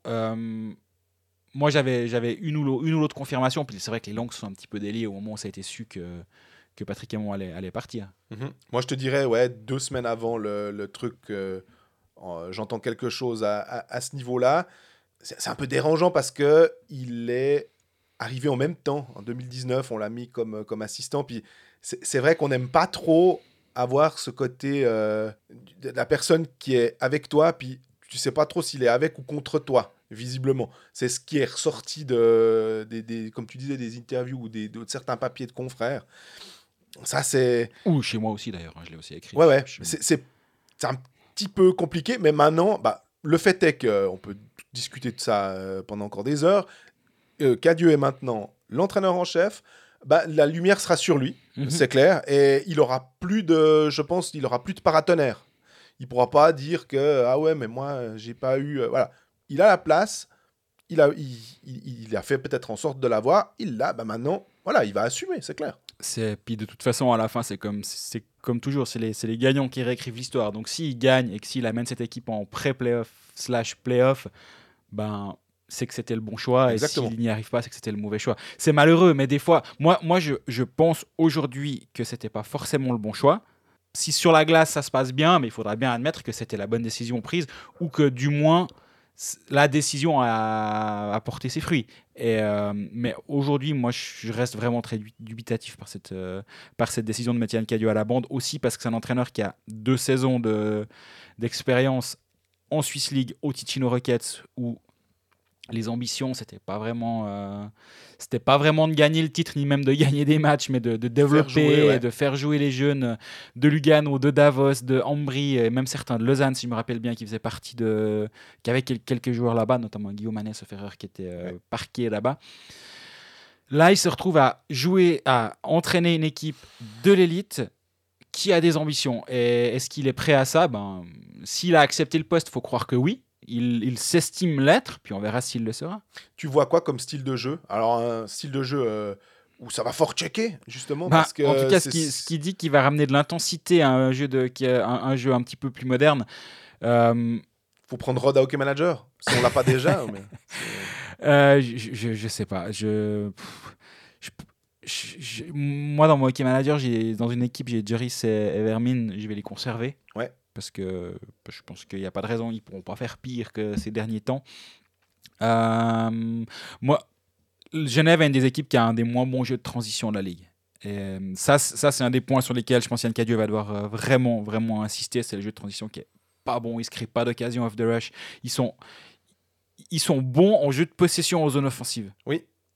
moi, j'avais une ou l'autre confirmation. Puis c'est vrai que les langues sont un petit peu déliées au moment où ça a été su que Patrick Aymon allait partir. Mm-hmm. Moi, je te dirais, 2 semaines avant le truc, j'entends quelque chose à ce niveau-là. C'est un peu dérangeant parce qu'il est arrivé en même temps. En 2019, on l'a mis comme assistant. Puis c'est vrai qu'on n'aime pas trop avoir ce côté de la personne qui est avec toi, puis tu sais pas trop s'il est avec ou contre toi. Visiblement, c'est ce qui est ressorti comme tu disais, des interviews ou de certains papiers de confrères. Ça, c'est... Ou chez moi aussi, d'ailleurs, je l'ai aussi écrit. Ouais. C'est un petit peu compliqué, mais maintenant, le fait est qu'on peut discuter de ça pendant encore des heures. Cadieux est maintenant l'entraîneur en chef. La lumière sera sur lui, c'est clair, et il aura plus de paratonnerre. Il pourra pas dire que ah ouais, mais moi j'ai pas eu voilà. Il a la place, il a fait peut-être en sorte de l'avoir, il l'a, maintenant, voilà, il va assumer, c'est clair. Puis de toute façon, à la fin, c'est comme toujours, c'est les gagnants qui réécrivent l'histoire. Donc s'il gagne et que s'il amène cette équipe en pré-playoff / playoff, c'est que c'était le bon choix. Exactement. Et s'il n'y arrive pas, c'est que c'était le mauvais choix. C'est malheureux, mais des fois, moi je pense aujourd'hui que c'était pas forcément le bon choix. Si sur la glace, ça se passe bien, mais il faudra bien admettre que c'était la bonne décision prise ou que du moins... la décision a porté ses fruits. Mais aujourd'hui, moi, je reste vraiment très dubitatif par cette décision de mettre Yann Cadieux à la bande, aussi parce que c'est un entraîneur qui a 2 saisons d'expérience en Swiss League au Ticino Rockets, où les ambitions, c'était pas vraiment de gagner le titre, ni même de gagner des matchs, mais de développer, de faire jouer les jeunes de Lugano, de Davos, de Ambry, et même certains de Lausanne, si je me rappelle bien, qui faisaient partie qui avaient quelques joueurs là-bas, notamment Guillaume Hannes-Ferrer qui était parqué là-bas. Là, il se retrouve à entraîner une équipe de l'élite qui a des ambitions. Et est-ce qu'il est prêt à ça? S'il a accepté le poste, il faut croire que oui. Il s'estime l'être, puis on verra s'il le sera. Tu vois quoi comme style de jeu? Alors, un style de jeu où ça va fort checker, justement. Parce que, en tout cas, ce qui dit qu'il va ramener de l'intensité à un jeu, un jeu un petit peu plus moderne. Faut prendre Rod à Hockey Manager, si on l'a pas déjà. Je sais pas. Moi, dans mon Hockey Manager, dans une équipe, j'ai Juris et Evermin, je vais les conserver. Ouais. Parce que je pense qu'il n'y a pas de raison, ils ne pourront pas faire pire que ces derniers temps. Moi, Genève est une des équipes qui a un des moins bons jeux de transition de la Ligue. Et ça, c'est un des points sur lesquels je pense Yann Cadieux va devoir vraiment, vraiment insister. C'est le jeu de transition qui est pas bon, il ne se crée pas d'occasion off the rush. Ils sont bons en jeu de possession en zone offensive. Oui.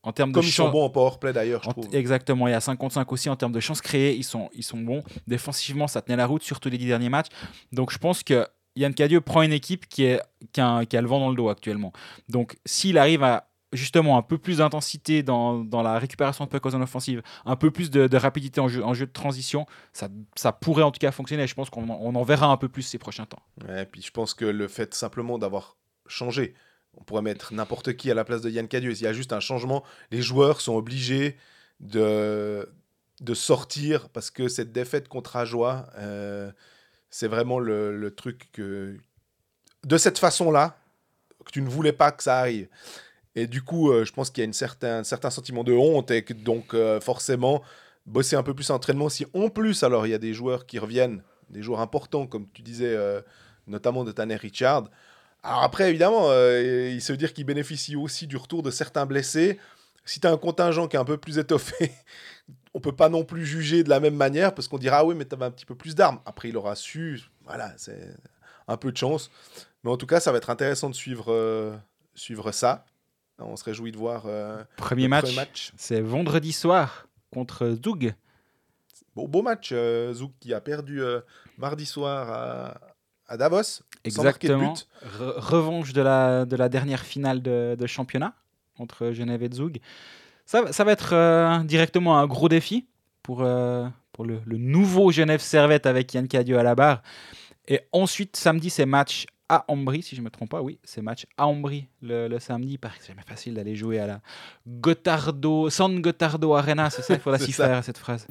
En termes Comme de ils sont bons en powerplay d'ailleurs, je trouve. Exactement, il y a 55 aussi en termes de chances créées, ils sont bons. Défensivement, ça tenait la route, surtout les 10 derniers matchs. Donc je pense que Yann Cadieux prend une équipe qui a le vent dans le dos actuellement. Donc s'il arrive à justement un peu plus d'intensité dans la récupération de puck en zone offensive, un peu plus de rapidité en jeu de transition, ça pourrait en tout cas fonctionner. Je pense qu'on en verra un peu plus ces prochains temps. Ouais, puis je pense que le fait simplement d'avoir changé, on pourrait mettre n'importe qui à la place de Yann Cadieux. S'il y a juste un changement, les joueurs sont obligés de sortir parce que cette défaite contre Ajoie, c'est vraiment le truc que... De cette façon-là, que tu ne voulais pas que ça arrive. Et du coup, je pense qu'il y a un certain sentiment de honte et que donc forcément, bosser un peu plus en entraînement. Si en plus, alors il y a des joueurs qui reviennent, des joueurs importants, comme tu disais, notamment de Tanner Richard. Alors après, évidemment, il se veut dire qu'il bénéficie aussi du retour de certains blessés. Si tu as un contingent qui est un peu plus étoffé, on peut pas non plus juger de la même manière parce qu'on dira, ah oui, mais tu avais un petit peu plus d'armes. Après, il aura su, voilà, c'est un peu de chance. Mais en tout cas, ça va être intéressant de suivre ça. On se réjouit de voir Premier match, c'est vendredi soir contre Zug. Beau match, Zug qui a perdu mardi soir à Davos. Exactement. Sans marquer de but. Revanche de la dernière finale de championnat entre Genève et Zug. Ça va être directement un gros défi pour le nouveau Genève Servette avec Yann Cadieux à la barre. Et ensuite, samedi, c'est match à Ambry, si je ne me trompe pas. Oui, c'est match à Ambry le samedi. Il paraît que c'est jamais facile d'aller jouer à la San Gottardo Arena. C'est ça, il faudra s'y faire à cette phrase.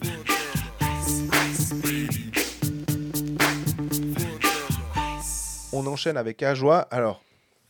On enchaîne avec Ajoie. Alors,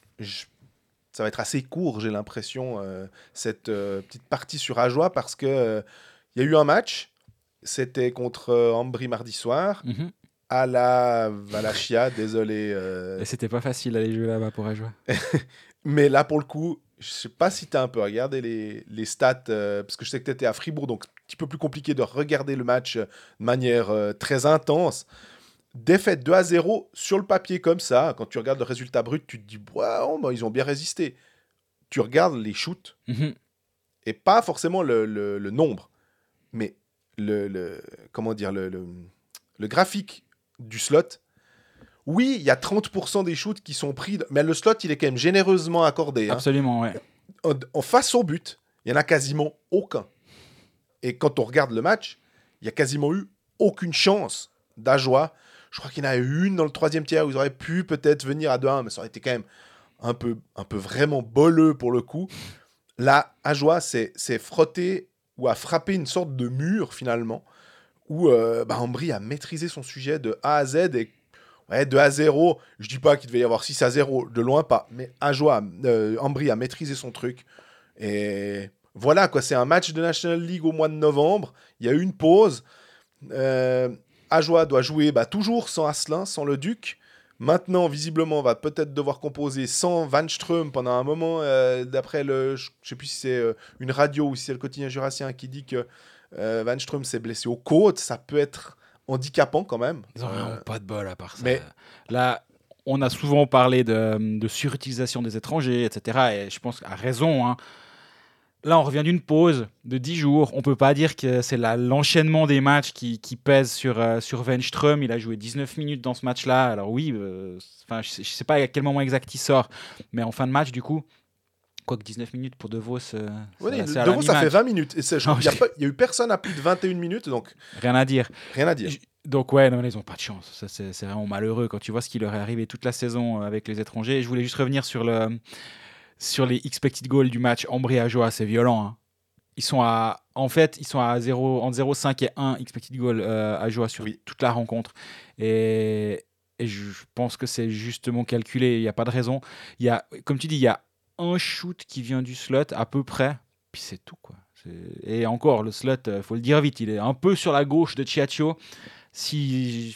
ça va être assez court, j'ai l'impression, cette petite partie sur Ajoie, parce qu'il y a eu un match. C'était contre Ambry mardi soir. Mm-hmm. À la Valachia, désolé. Et c'était pas facile d'aller jouer là-bas pour Ajoie. Mais là, pour le coup, je sais pas si tu as un peu regardé les stats, parce que je sais que tu étais à Fribourg, donc un petit peu plus compliqué de regarder le match de manière très intense. Défaite 2-0 sur le papier comme ça. Quand tu regardes le résultat brut, tu te dis, wow, bah, ils ont bien résisté. Tu regardes les shoots, et pas forcément le nombre, mais comment dire, le graphique du slot. Oui, il y a 30% des shoots qui sont pris, mais le slot, il est quand même généreusement accordé. Absolument, ouais. En face au but, il n'y en a quasiment aucun. Et quand on regarde le match, il n'y a quasiment eu aucune chance d'Ajoie. Je crois qu'il y en a eu une dans le troisième tiers où ils auraient pu peut-être venir à 2-1, mais ça aurait été quand même un peu vraiment boleux pour le coup. Là, Ajoie s'est frotté ou a frappé une sorte de mur finalement, où Ambry a maîtrisé son sujet de A à Z et 2-0, je dis pas qu'il devait y avoir 6-0, de loin pas, mais Ambry a maîtrisé son truc. Et voilà, quoi, c'est un match de National League au mois de novembre, il y a eu une pause. Ajoie doit jouer toujours sans Asselin, sans le Duc. Maintenant, visiblement, on va peut-être devoir composer sans Van Ström pendant un moment, d'après je sais plus si c'est une radio ou si c'est le quotidien jurassien qui dit que Van Ström s'est blessé aux côtes. Ça peut être handicapant quand même. Ils n'ont vraiment pas de bol à part ça. Mais là, on a souvent parlé de surutilisation des étrangers, etc. Et je pense à raison. Là, on revient d'une pause de 10 jours. On ne peut pas dire que c'est l'enchaînement des matchs qui pèse sur Van Ström. Il a joué 19 minutes dans ce match-là. Alors oui, je ne sais pas à quel moment exact il sort, mais en fin de match, du coup, quoique 19 minutes pour De Vos, De Vos, ça fait 20 minutes. Il n'y a eu personne à plus de 21 minutes, donc... Rien à dire. Donc ouais, non, ils n'ont pas de chance. Ça, c'est vraiment malheureux quand tu vois ce qui leur est arrivé toute la saison avec les étrangers. Je voulais juste revenir sur les expected goals du match Ambry-Ajoie. C'est violent. Ils sont à 0, entre 0,5 et 1 expected goal Ajoie sur toute la rencontre. Et je pense que c'est justement calculé. Il n'y a pas de raison. Comme tu dis, il y a un shoot qui vient du slot à peu près, puis c'est tout, quoi. Et encore, le slot, faut le dire vite, il est un peu sur la gauche de Ciaccio. C'est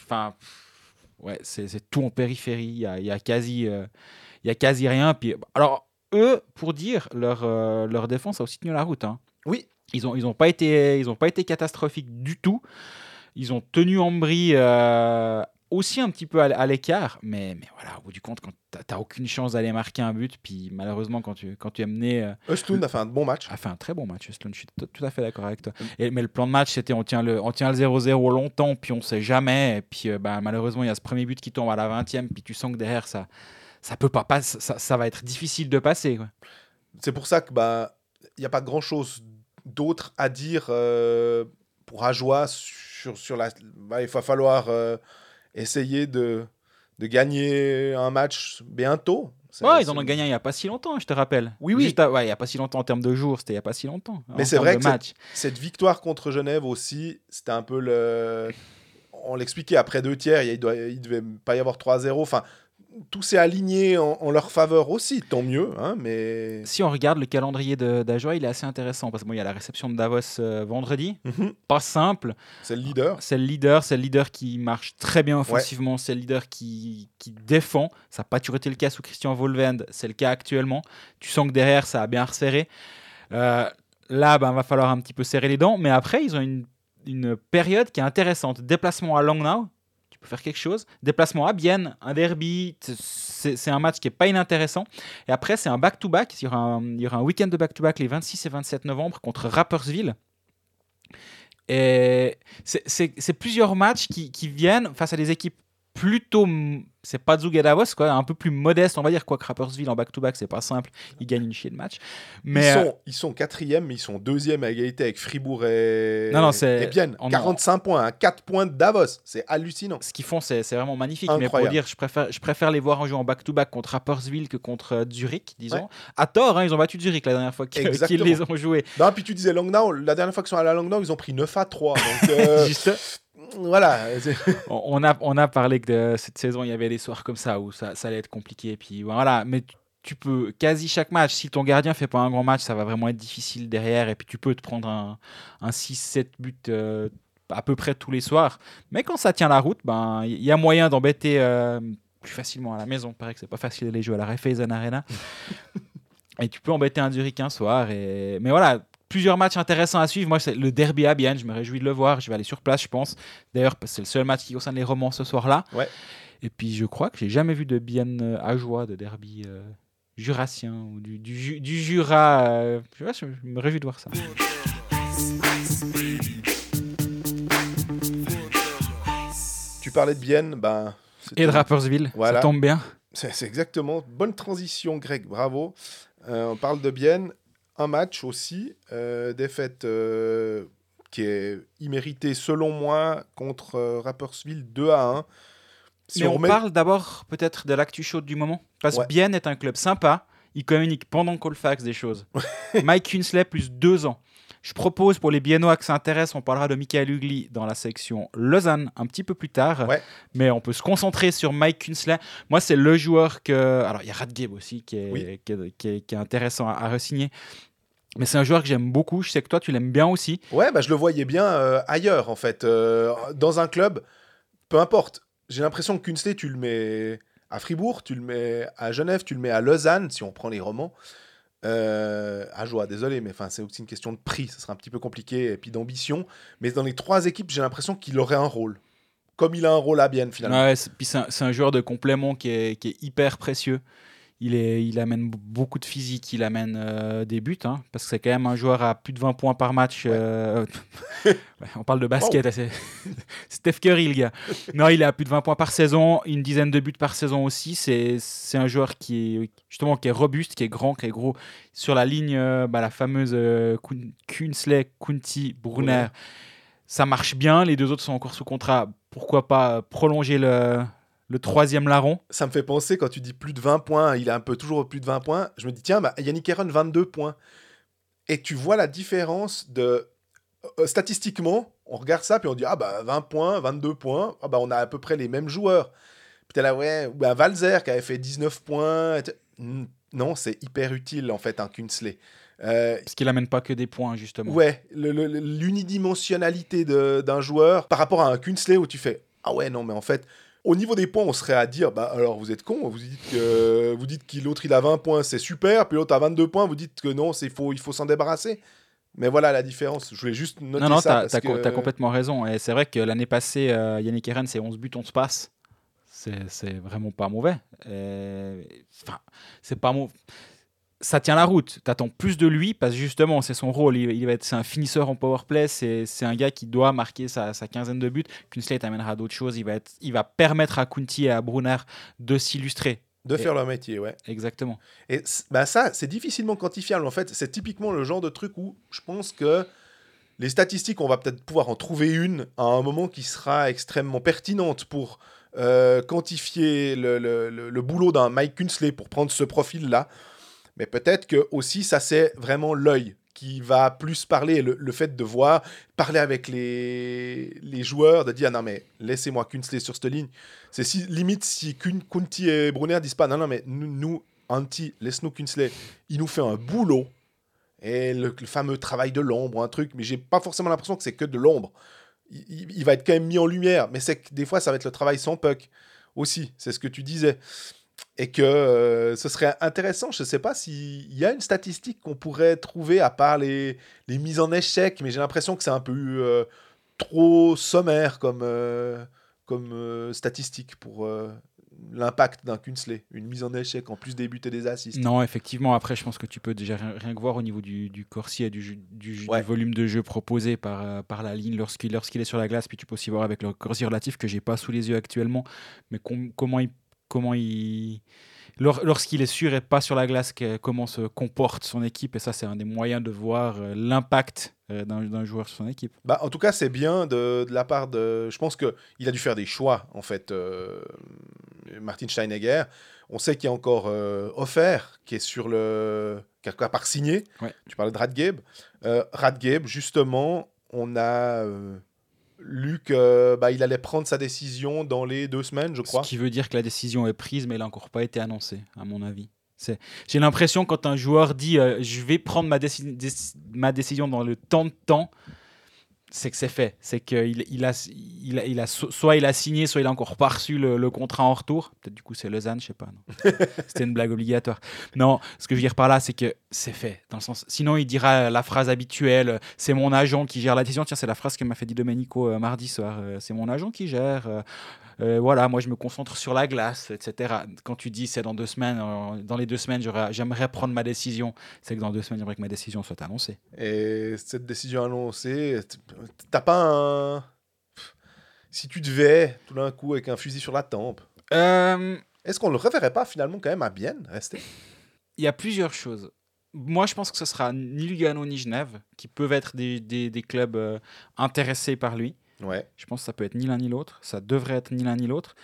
tout en périphérie. Il y a quasi rien. Puis, alors eux, pour dire, leur défense a aussi tenu la route. Oui. Ils ont pas été catastrophiques du tout. Ils ont tenu Ambry aussi un petit peu à l'écart, mais voilà, au bout du compte, quand t'as aucune chance d'aller marquer un but, puis malheureusement, quand tu es mené... Östlund a fait un bon match. A fait un très bon match, Östlund, je suis tout à fait d'accord avec toi. Mais le plan de match, c'était on tient le 0-0 longtemps, puis on sait jamais, et puis malheureusement, il y a ce premier but qui tombe à la 20e, puis tu sens que derrière, ça peut pas passer, ça va être difficile de passer, quoi. C'est pour ça que il n'y a pas grand-chose d'autre à dire pour Ajoie sur la... il va falloir essayer de gagner un match bientôt. Ils en ont gagné il n'y a pas si longtemps, je te rappelle. Oui. Il n'y a pas si longtemps en termes de jours, c'était il n'y a pas si longtemps. Mais c'est vrai que cette victoire contre Genève aussi, c'était un peu le... On l'expliquait, après 2 tiers, il devait pas y avoir 3-0. Enfin, tout s'est aligné en leur faveur aussi, tant mieux. Hein, mais... Si on regarde le calendrier d'Ajoie, il est assez intéressant. Parce que il y a la réception de Davos vendredi. Pas simple. C'est le leader. C'est le leader qui marche très bien offensivement. Ouais. C'est le leader qui défend. Ça n'a pas toujours été le cas sous Christian Volvend. C'est le cas actuellement. Tu sens que derrière, ça a bien resserré. Là, va falloir un petit peu serrer les dents. Mais après, ils ont une période qui est intéressante. Déplacement à Langnau. Faire quelque chose. Déplacement à Bienne, un derby, c'est un match qui n'est pas inintéressant. Et après, c'est un back-to-back. Il y aura un week-end de back-to-back les 26 et 27 novembre contre Rapperswil. Et c'est plusieurs matchs qui viennent face à des équipes plutôt, c'est pas Zug et Davos, quoi, un peu plus modeste, on va dire, quoique Rapperswil en back-to-back, c'est pas simple, ils gagnent une chier de match. Mais ils sont 4e, mais ils sont 2e à égalité avec Fribourg et Bienne. 45 points, 4 points de Davos, c'est hallucinant. Ce qu'ils font, c'est vraiment magnifique. Incroyable. Mais pour dire, je préfère les voir en jouant en back-to-back contre Rapperswil que contre Zurich, disons. Ouais. À tort, hein, ils ont battu Zurich la dernière fois qu'ils les ont joués. Non, puis tu disais Langnau, la dernière fois qu'ils sont allés à Langnau, ils ont pris 9-3. Donc, juste. Voilà. on a parlé que de cette saison, il y avait des soirs comme ça où ça allait être compliqué. Puis voilà, mais tu peux quasi chaque match, si ton gardien fait pas un grand match, ça va vraiment être difficile derrière. Et puis tu peux te prendre un 6-7 buts à peu près tous les soirs. Mais quand ça tient la route, il y a moyen d'embêter plus facilement à la maison. Il paraît que c'est pas facile de les jouer à la Raiffeisen Arena. Et tu peux embêter un Zurich un soir. Mais voilà. Plusieurs matchs intéressants à suivre. Moi, c'est le derby à Bienne. Je me réjouis de le voir. Je vais aller sur place, je pense. D'ailleurs, c'est le seul match qui concerne les Romans ce soir-là. Ouais. Et puis, je crois que j'ai jamais vu de Bienne Ajoie, de derby jurassien ou du Jura. Je me réjouis de voir ça. Tu parlais de Bienne, et de Rapperswil. Voilà. Ça tombe bien. C'est exactement. Bonne transition, Greg. Bravo. On parle de Bienne. Un match aussi, défaite qui est imméritée selon moi contre Rapperswil 2-1. Mais on parle d'abord peut-être de l'actu chaude du moment, parce que Bienne est un club sympa, il communique pendant Colfax des choses. Mike Kunsley plus 2 ans. Je propose pour les Biennois qui s'intéressent, on parlera de Michael Ugly dans la section Lausanne un petit peu plus tard, mais on peut se concentrer sur Mike Kunsley. Moi, c'est le joueur que... Alors, il y a Radgeb aussi qui est intéressant à re-signer. Mais c'est un joueur que j'aime beaucoup. Je sais que toi, tu l'aimes bien aussi. Ouais, je le voyais bien ailleurs, en fait. Dans un club, peu importe. J'ai l'impression que Kunsley, tu le mets à Fribourg, tu le mets à Genève, tu le mets à Lausanne, si on prend les Romans. Ajoie, désolé, mais c'est aussi une question de prix. Ça sera un petit peu compliqué, et puis d'ambition. Mais dans les 3 équipes, j'ai l'impression qu'il aurait un rôle. Comme il a un rôle à Bienne, finalement. Ouais, puis c'est un joueur de complément qui est hyper précieux. Il amène beaucoup de physique, il amène des buts, hein, parce que c'est quand même un joueur à plus de 20 points par match. On parle de basket, c'est Steph Curry, le gars. Non, il est à plus de 20 points par saison, une dizaine de buts par saison aussi. C'est un joueur qui est robuste, qui est grand, qui est gros. Sur la ligne, la fameuse Kunsley, Kunti, Brunner, ça marche bien. Les 2 autres sont encore sous contrat. Pourquoi pas prolonger le 3e larron. Ça me fait penser, quand tu dis plus de 20 points, il a un peu toujours plus de 20 points, je me dis, tiens, Yannick Heron, 22 points. Et tu vois la différence de... statistiquement, on regarde ça, puis on dit, 20 points, 22 points, on a à peu près les mêmes joueurs. Puis t'es là, ou un Valzer qui avait fait 19 points. Non, c'est hyper utile, en fait, un Kunsley. Parce qu'il amène pas que des points, justement. Ouais, l'unidimensionnalité d'un joueur par rapport à un Kunsley où tu fais, non, mais en fait... Au niveau des points, on serait à dire, alors vous êtes con, vous dites que l'autre il a 20 points, c'est super, puis l'autre a 22 points, vous dites que non, il faut s'en débarrasser. Mais voilà la différence, je voulais juste noter ça. Non, t'as complètement raison. Et c'est vrai que l'année passée, Yannick Heron, c'est 11 buts, 11 passes. c'est vraiment pas mauvais. Enfin, c'est pas mauvais. Ça tient la route. T'attends plus de lui parce que justement, c'est son rôle. C'est un finisseur en power play. C'est un gars qui doit marquer sa quinzaine de buts. Kunsley t'amènera d'autres choses. Il va permettre à Kunti et à Brunner de s'illustrer. De faire leur métier, ouais. Exactement. Et ça, c'est difficilement quantifiable. En fait, c'est typiquement le genre de truc où je pense que les statistiques, on va peut-être pouvoir en trouver une à un moment qui sera extrêmement pertinente pour quantifier le boulot d'un Mike Kunsley pour prendre ce profil-là. Mais peut-être que aussi ça c'est vraiment l'œil qui va plus parler, le fait de voir, parler avec les joueurs, de dire non mais laissez-moi Kunsley sur cette ligne. C'est limite si Kunti et Brunner disent pas non mais nous Antti, laisse-nous Kunsley, il nous fait un boulot et le fameux travail de l'ombre, un truc, mais j'ai pas forcément l'impression que c'est que de l'ombre. Il va être quand même mis en lumière, mais c'est que des fois ça va être le travail sans puck aussi, c'est ce que tu disais. Et que ce serait intéressant, je ne sais pas s'il y a une statistique qu'on pourrait trouver à part les mises en échec, mais j'ai l'impression que c'est un peu trop sommaire comme statistique pour l'impact d'un Kunsley. Une mise en échec en plus des buts et des assists. Non, effectivement, après je pense que tu peux déjà rien que voir au niveau du Corsi et du volume de jeu proposé par la ligne lorsqu'il est sur la glace, puis tu peux aussi voir avec le Corsi relatif que j'ai pas sous les yeux actuellement, mais lorsqu'il est sûr et pas sur la glace, comment se comporte son équipe, et ça c'est un des moyens de voir l'impact d'un joueur sur son équipe. En tout cas c'est bien de la part de... Je pense qu'il a dû faire des choix en fait, Martin Steinegger. On sait qu'il y a encore Offert qui est sur qui a part signé. Ouais. Tu parlais de Radgeb. Radgeb justement on a... lu qu'il allait prendre sa décision dans les 2 semaines, je crois. Ce qui veut dire que la décision est prise, mais elle n'a encore pas été annoncée, à mon avis. J'ai l'impression quand un joueur dit je vais prendre ma décision dans le temps de temps, c'est que c'est fait. C'est qu'il a soit il a signé, soit il a encore pas reçu le contrat en retour. Peut-être du coup c'est Lausanne, je sais pas. Non. C'était une blague obligatoire. Non, ce que je veux dire par là, c'est que c'est fait. Dans le sens, sinon il dira la phrase habituelle, c'est mon agent qui gère la décision. Tiens, c'est la phrase que m'a fait dit Domenico mardi soir. C'est mon agent qui gère. Voilà, moi je me concentre sur la glace, etc. Quand tu dis c'est dans 2 semaines, dans les 2 semaines j'aimerais prendre ma décision, c'est que dans 2 semaines j'aimerais que ma décision soit annoncée. Et cette décision annoncée, t'as pas un... Si tu devais tout d'un coup avec un fusil sur la tempe, est-ce qu'on le reverrait pas finalement quand même à Bienne rester? Il y a plusieurs choses. Moi je pense que ce sera ni Lugano ni Genève qui peuvent être des clubs intéressés par lui. Ouais. Je pense que ça peut être ni l'un ni l'autre. Ça devrait être ni l'un ni l'autre.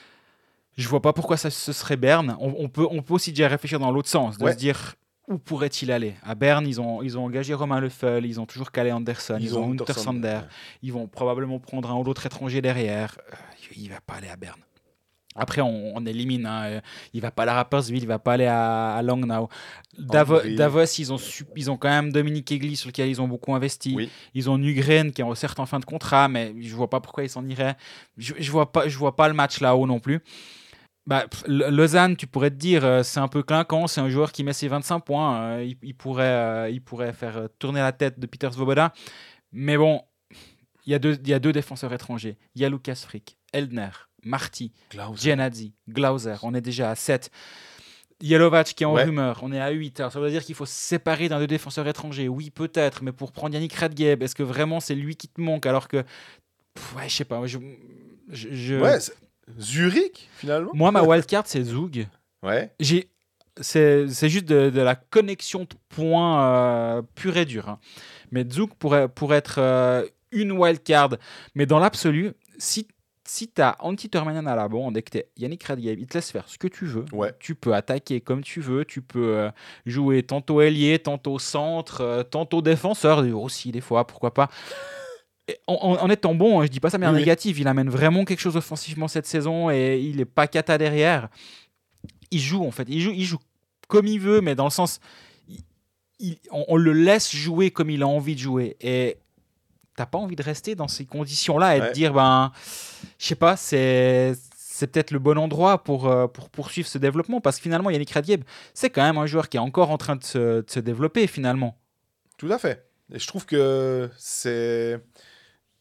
Je vois pas pourquoi ce serait Berne. On peut aussi déjà réfléchir dans l'autre sens, de se dire où pourrait-il aller. À Berne, ils ont engagé Romain Leffel, ils ont toujours calé Anderson, ils ont Untersander. Ils vont probablement prendre un ou l'autre étranger derrière. Il va pas aller à Berne. Après, on élimine. Hein. Il va pas aller à Rapperswil, il va pas aller à Langnau. Davos, ils ont quand même Dominique Egli sur lequel ils ont beaucoup investi. Oui. Ils ont Nygren qui est certes en fin de contrat, mais je vois pas pourquoi ils s'en iraient. Je vois pas le match là-haut non plus. Lausanne, tu pourrais te dire, c'est un peu clinquant, c'est un joueur qui met ses 25 points. Il pourrait faire tourner la tête de Peter Svoboda. Mais bon, il y a deux défenseurs étrangers. Il y a Lukas Frick, Eldner, Marty, Genadzi, Glauser. On est déjà à 7. Jelovac qui est en rumeur, on est à 8. Alors ça veut dire qu'il faut se séparer d'un 2 défenseurs étrangers. Oui, peut-être, mais pour prendre Yannick Radgeb, est-ce que vraiment c'est lui qui te manque alors que... je sais pas. Zurich, finalement. Moi, ma wildcard, c'est Zug. Ouais. C'est juste de la connexion de points pure et dure. Hein. Mais Zug pourrait être une wildcard. Mais dans l'absolu, si tu as Antti Termanen à la bande et que tu es Yannick Radgeb, il te laisse faire ce que tu veux. Ouais. Tu peux attaquer comme tu veux. Tu peux jouer tantôt ailier, tantôt centre, tantôt défenseur aussi des fois, pourquoi pas. En étant bon, je dis pas ça mais en négatif, il amène vraiment quelque chose offensivement cette saison et il est pas cata derrière. Il joue en fait, il joue comme il veut, mais dans le sens, on le laisse jouer comme il a envie de jouer. Et t'as pas envie de rester dans ces conditions-là et de dire, je sais pas, c'est peut-être le bon endroit pour poursuivre ce développement, parce que finalement, Yannick Radgeb, c'est quand même un joueur qui est encore en train de se développer finalement. Tout à fait. Et je trouve que c'est...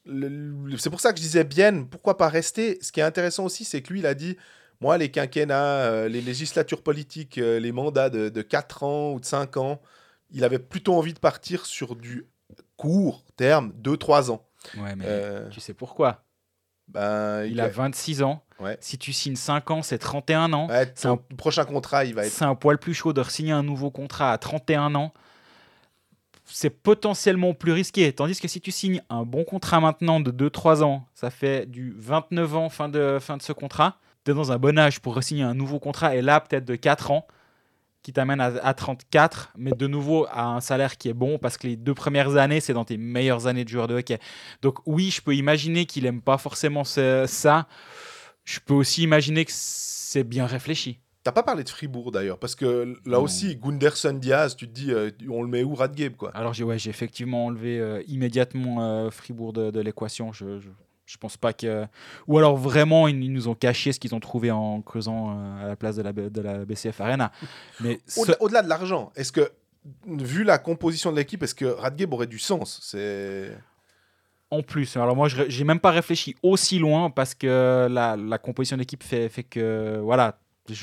c'est pour ça que je disais bien, pourquoi pas rester. Ce qui est intéressant aussi, c'est que lui, il a dit, moi, les quinquennats, les législatures politiques, les mandats de 4 ans ou de 5 ans, il avait plutôt envie de partir sur du court terme, 2-3 ans. Ouais, mais tu sais pourquoi? Il a 26 ans. Ouais. Si tu signes 5 ans, c'est 31 ans. Ouais, ton prochain contrat, il va être... C'est un poil plus chaud de signer un nouveau contrat à 31 ans. C'est potentiellement plus risqué. Tandis que si tu signes un bon contrat maintenant de 2-3 ans, ça fait du 29 ans fin de ce contrat. Tu es dans un bon âge pour signer un nouveau contrat. Et là, peut-être de 4 ans, qui t'amène à 34, mais de nouveau à un salaire qui est bon, parce que les 2 premières années, c'est dans tes meilleures années de joueur de hockey. Donc oui, je peux imaginer qu'il n'aime pas forcément ça. Je peux aussi imaginer que c'est bien réfléchi. T'as pas parlé de Fribourg d'ailleurs, parce que là aussi, Gunderson Diaz, tu te dis, on le met où, Radgeb, quoi. Alors j'ai effectivement enlevé immédiatement Fribourg de l'équation. Je pense pas que... Ou alors vraiment, ils nous ont caché ce qu'ils ont trouvé en creusant à la place de la BCF Arena. Mais Au-delà de l'argent, est-ce que, vu la composition de l'équipe, est-ce que Radgeb aurait du sens? C'est... En plus, alors moi, j'ai même pas réfléchi aussi loin, parce que la composition de l'équipe fait que... Voilà,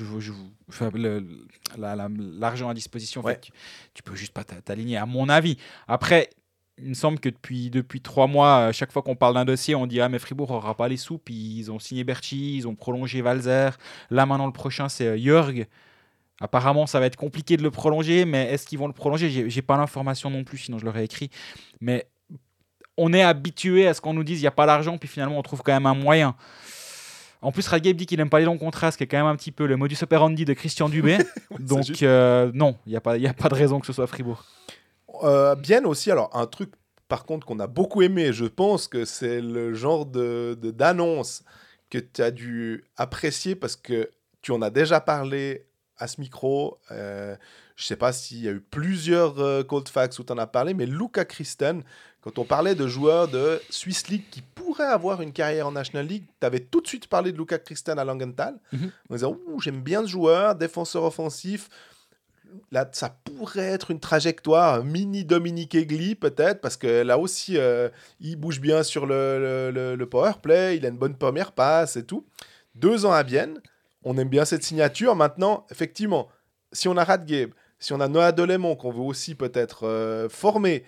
l'argent à disposition, Ouais. fait que tu peux juste pas t'aligner, à mon avis. Après... Il me semble que depuis 3 mois, chaque fois qu'on parle d'un dossier, on dit « Ah, mais Fribourg n'aura pas les sous ». Puis ils ont signé Berchi, ils ont prolongé Walzer. Là, maintenant, le prochain, c'est Jörg. Apparemment, ça va être compliqué de le prolonger, mais est-ce qu'ils vont le prolonger ? J'ai pas l'information non plus, sinon je l'aurais écrit. Mais on est habitué à ce qu'on nous dise « Il n'y a pas d'argent », puis finalement, on trouve quand même un moyen. En plus, Radgeb dit qu'il n'aime pas les longs contrats, ce qui est quand même un petit peu le modus operandi de Christian Dubé. Donc, non, il n'y a pas de raison que ce soit Fribourg. Bien aussi, alors un truc par contre qu'on a beaucoup aimé, je pense que c'est le genre d'annonce que tu as dû apprécier, parce que tu en as déjà parlé à ce micro. Je sais pas s'il y a eu plusieurs Cold Facts où tu en as parlé, mais Luca Christen, quand on parlait de joueurs de Swiss League qui pourraient avoir une carrière en National League, tu avais tout de suite parlé de Luca Christen à Langenthal, en disant « J'aime bien ce joueur, défenseur offensif ». Là, ça pourrait être une trajectoire mini Dominique Egli, peut-être, parce que là aussi, il bouge bien sur le power play, il a une bonne première passe et tout. 2 ans à Bienne, on aime bien cette signature. Maintenant, effectivement, si on a Radgeb, si on a Noah Delémont, qu'on veut aussi peut-être former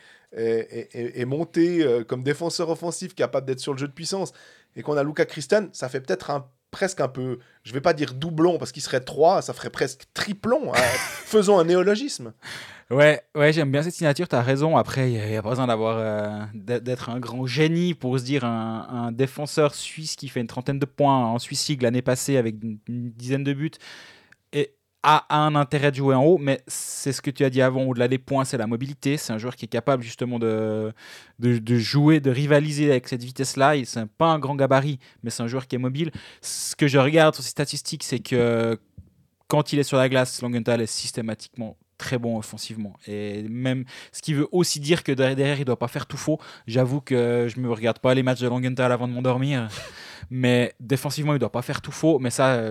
et monter comme défenseur offensif capable d'être sur le jeu de puissance, et qu'on a Luca Christen, ça fait peut-être presque un peu, je vais pas dire doublon parce qu'il serait 3, ça ferait presque triplon. Faisons un néologisme. Ouais, j'aime bien cette signature, tu as raison. Après, il n'y a pas besoin d'être un grand génie pour se dire un défenseur suisse qui fait une 30aine de points en Swiss League l'année passée avec une dizaine de buts et a un intérêt de jouer en haut, mais c'est ce que tu as dit avant, au-delà des points, c'est la mobilité. C'est un joueur qui est capable justement de jouer, de rivaliser avec cette vitesse-là. C'est pas un grand gabarit, mais c'est un joueur qui est mobile. Ce que je regarde sur ses statistiques, c'est que quand il est sur la glace, Langenthal est systématiquement très bon offensivement. Et même, ce qui veut aussi dire que derrière, il ne doit pas faire tout faux. J'avoue que je ne me regarde pas les matchs de Langenthal avant de m'endormir. Mais défensivement, il ne doit pas faire tout faux. Mais ça,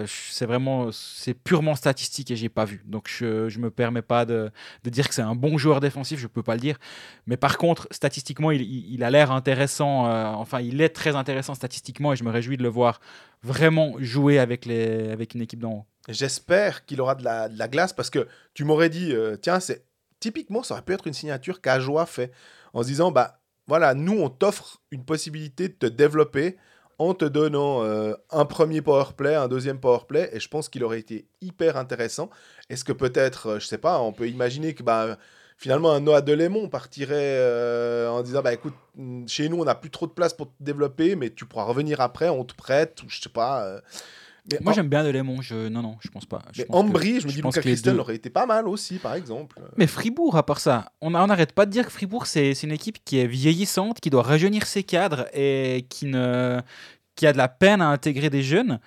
c'est purement statistique et je n'ai pas vu. Donc, je ne me permets pas de dire que c'est un bon joueur défensif. Je ne peux pas le dire. Mais par contre, statistiquement, il a l'air intéressant. Enfin, il est très intéressant statistiquement et je me réjouis de le voir vraiment jouer avec une équipe d'en haut. J'espère qu'il aura de la glace, parce que tu m'aurais dit, tiens, typiquement, ça aurait pu être une signature qu'Ajoie fait, en se disant, bah voilà, nous, on t'offre une possibilité de te développer en te donnant un premier powerplay, un deuxième powerplay, et je pense qu'il aurait été hyper intéressant. Est-ce que peut-être, je sais pas, on peut imaginer que finalement un Noah Delémont partirait en disant, bah écoute, chez nous, on n'a plus trop de place pour te développer, mais tu pourras revenir après, on te prête, ou je sais pas... Moi, j'aime bien Delémont. Non, je pense pas. Je me dis Luca Christen aurait été pas mal aussi, par exemple. Mais Fribourg, à part ça, on n'arrête pas de dire que Fribourg, c'est une équipe qui est vieillissante, qui doit rajeunir ses cadres et qui a de la peine à intégrer des jeunes.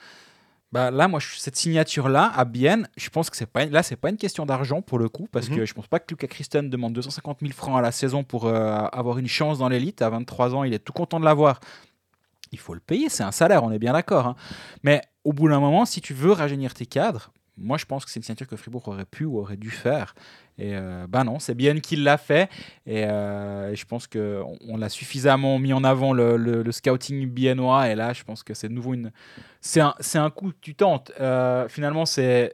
Là, moi, cette signature-là, à Bienne, je pense que c'est pas une question d'argent pour le coup, parce que je pense pas que Luca Christen demande 250 000 francs à la saison pour avoir une chance dans l'élite. À 23 ans, il est tout content de l'avoir. Il faut le payer, c'est un salaire, on est bien d'accord. Hein. Mais au bout d'un moment, si tu veux rajeunir tes cadres, moi, je pense que c'est une signature que Fribourg aurait pu ou aurait dû faire. Et non, c'est bien qu'il l'a fait. Et je pense qu'on l'a suffisamment mis en avant, le scouting biennois. Et là, je pense que c'est de nouveau c'est un coup que tu tentes. Finalement, c'est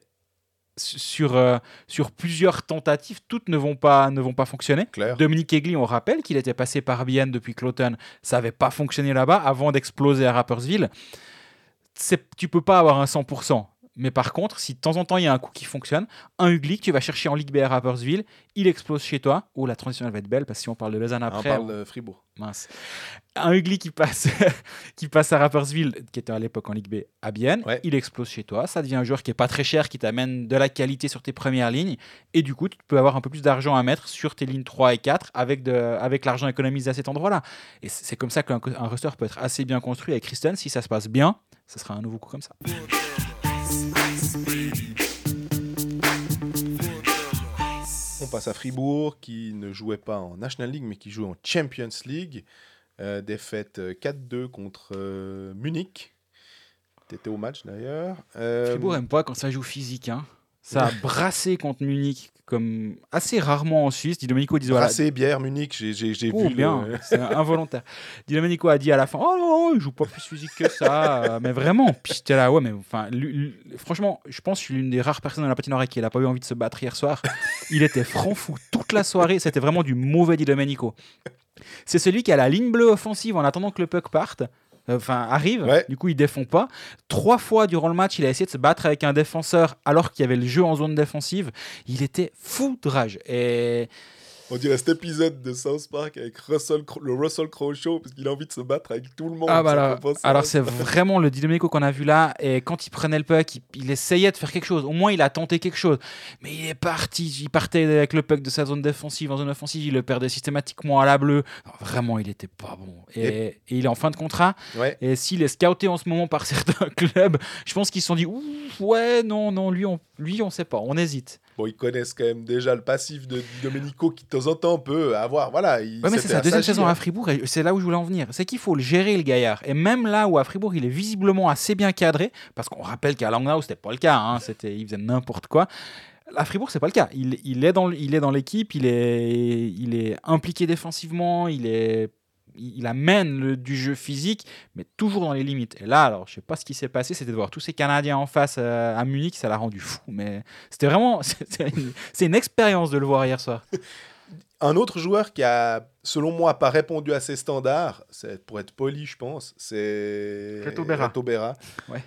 sur plusieurs tentatives, toutes ne vont pas fonctionner. Claire. Dominique Egli, on rappelle qu'il était passé par Bienne depuis Cloton. Ça n'avait pas fonctionné là-bas avant d'exploser à Rapperswil. Tu peux pas avoir un 100%. Mais par contre, si de temps en temps il y a un coup qui fonctionne, un Ugly que tu vas chercher en Ligue B à Rapperswil, il explose chez toi. Oh, la transition elle va être belle parce que si on parle de Lausanne après. On parle de Fribourg. Mince. Un Ugly qui passe à Rapperswil, qui était à l'époque en Ligue B à Bienne, il explose chez toi. Ça devient un joueur qui est pas très cher, qui t'amène de la qualité sur tes premières lignes. Et du coup, tu peux avoir un peu plus d'argent à mettre sur tes lignes 3 et 4 avec l'argent économisé à cet endroit-là. Et c'est comme ça qu'un roster peut être assez bien construit avec Christen. Si ça se passe bien, ça sera un nouveau coup comme ça. On passe à Fribourg qui ne jouait pas en National League mais qui jouait en Champions League. Défaite 4-2 contre Munich. T'étais au match d'ailleurs. Fribourg n'aime pas quand ça joue physique. Hein. Ça a brassé contre Munich comme assez rarement en Suisse. Di Domenico disait brassé, bière, Munich, j'ai vu. Bien, c'est involontaire. Di Domenico a dit à la fin, oh non, il joue pas plus physique que ça. Mais vraiment, puis j'étais là, ouais, mais enfin, franchement, je pense que je suis l'une des rares personnes dans la patinoire qui n'a pas eu envie de se battre hier soir. Il était franc fou toute la soirée. C'était vraiment du mauvais Di Domenico. C'est celui qui a la ligne bleue offensive en attendant que le puck parte. Arrive, du coup il défend pas. 3 fois durant le match, il a essayé de se battre avec un défenseur alors qu'il y avait le jeu en zone défensive. Il était fou de rage. Et on dirait cet épisode de South Park avec le Russell Crowe Show parce qu'il a envie de se battre avec tout le monde. Alors c'est vraiment le Di Domenico qu'on a vu là. Et quand il prenait le puck, il essayait de faire quelque chose. Au moins il a tenté quelque chose. Mais il partait avec le puck de sa zone défensive en zone offensive. Il le perdait systématiquement à la bleue. Non, vraiment, il était pas bon. Et il est en fin de contrat. Ouais. Et s'il est scouté en ce moment par certains clubs, je pense qu'ils se sont dit non, lui on sait pas, on hésite. Bon, ils connaissent quand même déjà le passif de Domenico qui de temps en temps peut avoir. Voilà, mais c'est sa deuxième saison à Fribourg et c'est là où je voulais en venir. C'est qu'il faut le gérer, le gaillard. Et même là où à Fribourg, il est visiblement assez bien cadré, parce qu'on rappelle qu'à Langnau, c'était pas le cas. Hein, il faisait n'importe quoi. À Fribourg, c'est pas le cas. Il est dans l'équipe, il est impliqué défensivement, il amène du jeu physique, mais toujours dans les limites. Et là, alors, je sais pas ce qui s'est passé, c'était de voir tous ces Canadiens en face à Munich, ça l'a rendu fou. Mais c'était vraiment, c'est une expérience de le voir hier soir. Un autre joueur qui a, selon moi, pas répondu à ses standards, pour être poli, je pense, c'est Reto Berra. Ouais.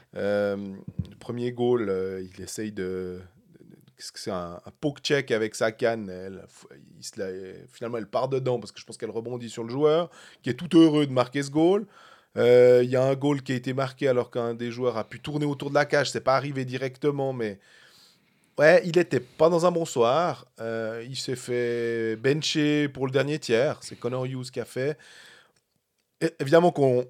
Le premier goal, il essaye de c'est un poke check avec sa canne. Finalement, elle part dedans parce que je pense qu'elle rebondit sur le joueur, qui est tout heureux de marquer ce goal. Il y a un goal qui a été marqué alors qu'un des joueurs a pu tourner autour de la cage. C'est pas arrivé directement, mais ouais, il était pas dans un bon soir. Il s'est fait bencher pour le dernier tiers. C'est Connor Hughes qui a fait. Et évidemment qu'on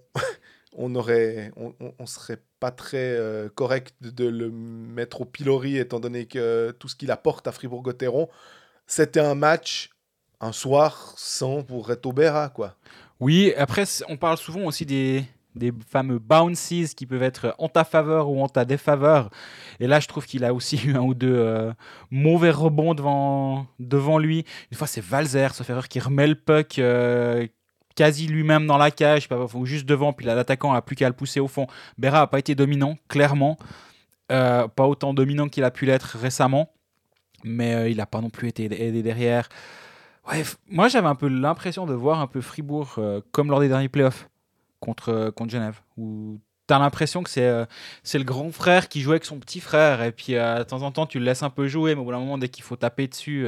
on serait pas très correct de le mettre au pilori étant donné que tout ce qu'il apporte à Fribourg-Gotteron, c'était un match, un soir sans pour Reto Berra, quoi. Oui, après on parle souvent aussi des fameux bounces qui peuvent être en ta faveur ou en ta défaveur. Et là, je trouve qu'il a aussi eu un ou deux mauvais rebonds devant lui. Une fois, c'est Valzer, sauf erreur, qui remet le puck quasi lui-même dans la cage, ou juste devant, puis l'attaquant n'a plus qu'à le pousser au fond. Berra n'a pas été dominant, clairement. Pas autant dominant qu'il a pu l'être récemment. Mais il n'a pas non plus été aidé derrière. Ouais, moi, j'avais un peu l'impression de voir un peu Fribourg comme lors des derniers playoffs contre Genève, où tu as l'impression que c'est le grand frère qui jouait avec son petit frère, et puis de temps en temps, tu le laisses un peu jouer, mais au bout d'un moment, dès qu'il faut taper dessus,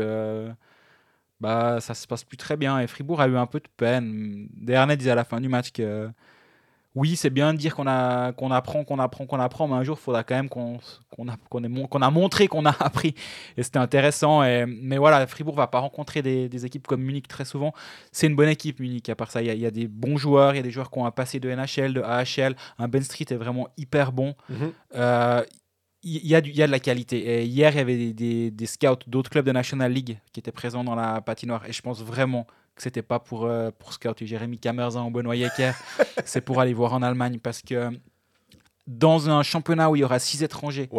ça se passe plus très bien. Et Fribourg a eu un peu de peine. Desharnais disait à la fin du match que oui, c'est bien de dire qu'on apprend, mais un jour, il faudra quand même qu'on a montré qu'on a appris. Et c'était intéressant. Mais voilà, Fribourg ne va pas rencontrer des équipes comme Munich très souvent. C'est une bonne équipe, Munich. À part ça, il y a des bons joueurs. Il y a des joueurs qui ont un passé de NHL, de AHL. Un Ben Street est vraiment hyper bon. Il y a de la qualité. Et hier, il y avait des scouts d'autres clubs de National League qui étaient présents dans la patinoire. Et je pense vraiment que c'était pas pour scouter Jérémy Kamersin ou Benoît Yecker. C'est pour aller voir en Allemagne. Parce que dans un championnat où il y aura 6 étrangers,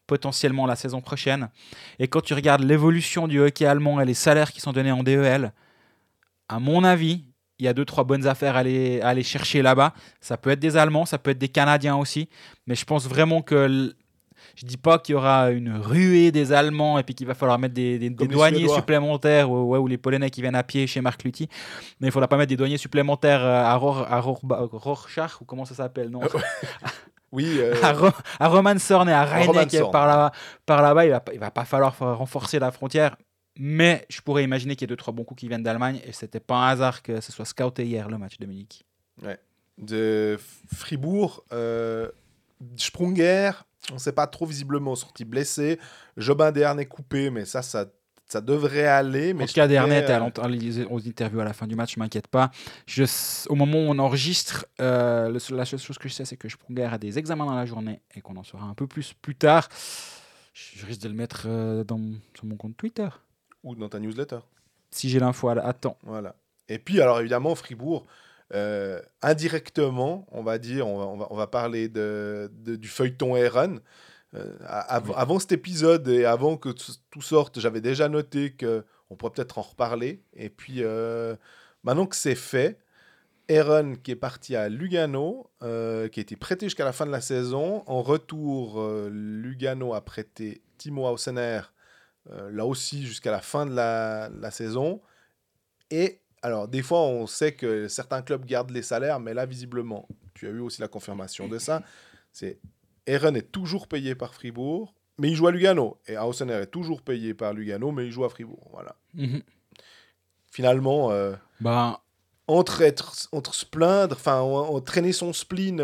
potentiellement la saison prochaine. Et quand tu regardes l'évolution du hockey allemand et les salaires qui sont donnés en DEL, à mon avis, il y a 2-3 bonnes affaires à aller chercher là-bas. Ça peut être des Allemands, ça peut être des Canadiens aussi. Mais je pense vraiment que... Je dis pas qu'il y aura une ruée des Allemands et puis qu'il va falloir mettre des douaniers Suédois. supplémentaires ou les Polonais qui viennent à pied chez Marc Lutti. Mais il faudra pas mettre des douaniers supplémentaires à Rorschach ou comment ça s'appelle, non Oui, à Roman Sorn et à Rheine Sorn. par là-bas, il va pas falloir renforcer la frontière. Mais je pourrais imaginer qu'il y ait 2-3 bons coups qui viennent d'Allemagne et c'était pas un hasard que ce soit scouté hier le match de Munich. Ouais. De Fribourg, Sprunger, on ne sait pas trop, visiblement sorti blessé. Jobin Dern est coupé, mais ça devrait aller. Mais En tout cas, Dernay était aux interviews à la fin du match, je m'inquiète pas. Au moment où on enregistre, la seule chose que je sais, c'est que Sprunger a des examens dans la journée et qu'on en saura un peu plus tard. Je risque de le mettre sur mon compte Twitter. Ou dans ta newsletter. Si j'ai l'info à temps. Voilà. Et puis, alors évidemment, Fribourg, indirectement, on va dire, on va parler du feuilleton Aaron. Avant cet épisode et avant que tout sorte, j'avais déjà noté qu'on pourrait peut-être en reparler. Et puis, maintenant que c'est fait, Aaron qui est parti à Lugano, qui a été prêté jusqu'à la fin de la saison. En retour, Lugano a prêté Timo Hausener, là aussi jusqu'à la fin de la saison. Et alors, des fois, on sait que certains clubs gardent les salaires, mais là, visiblement, tu as eu aussi la confirmation de ça. Aaron est toujours payé par Fribourg, mais il joue à Lugano. Et Hausener est toujours payé par Lugano, mais il joue à Fribourg. Voilà. Mm-hmm. Finalement, entre se plaindre, traîner son spleen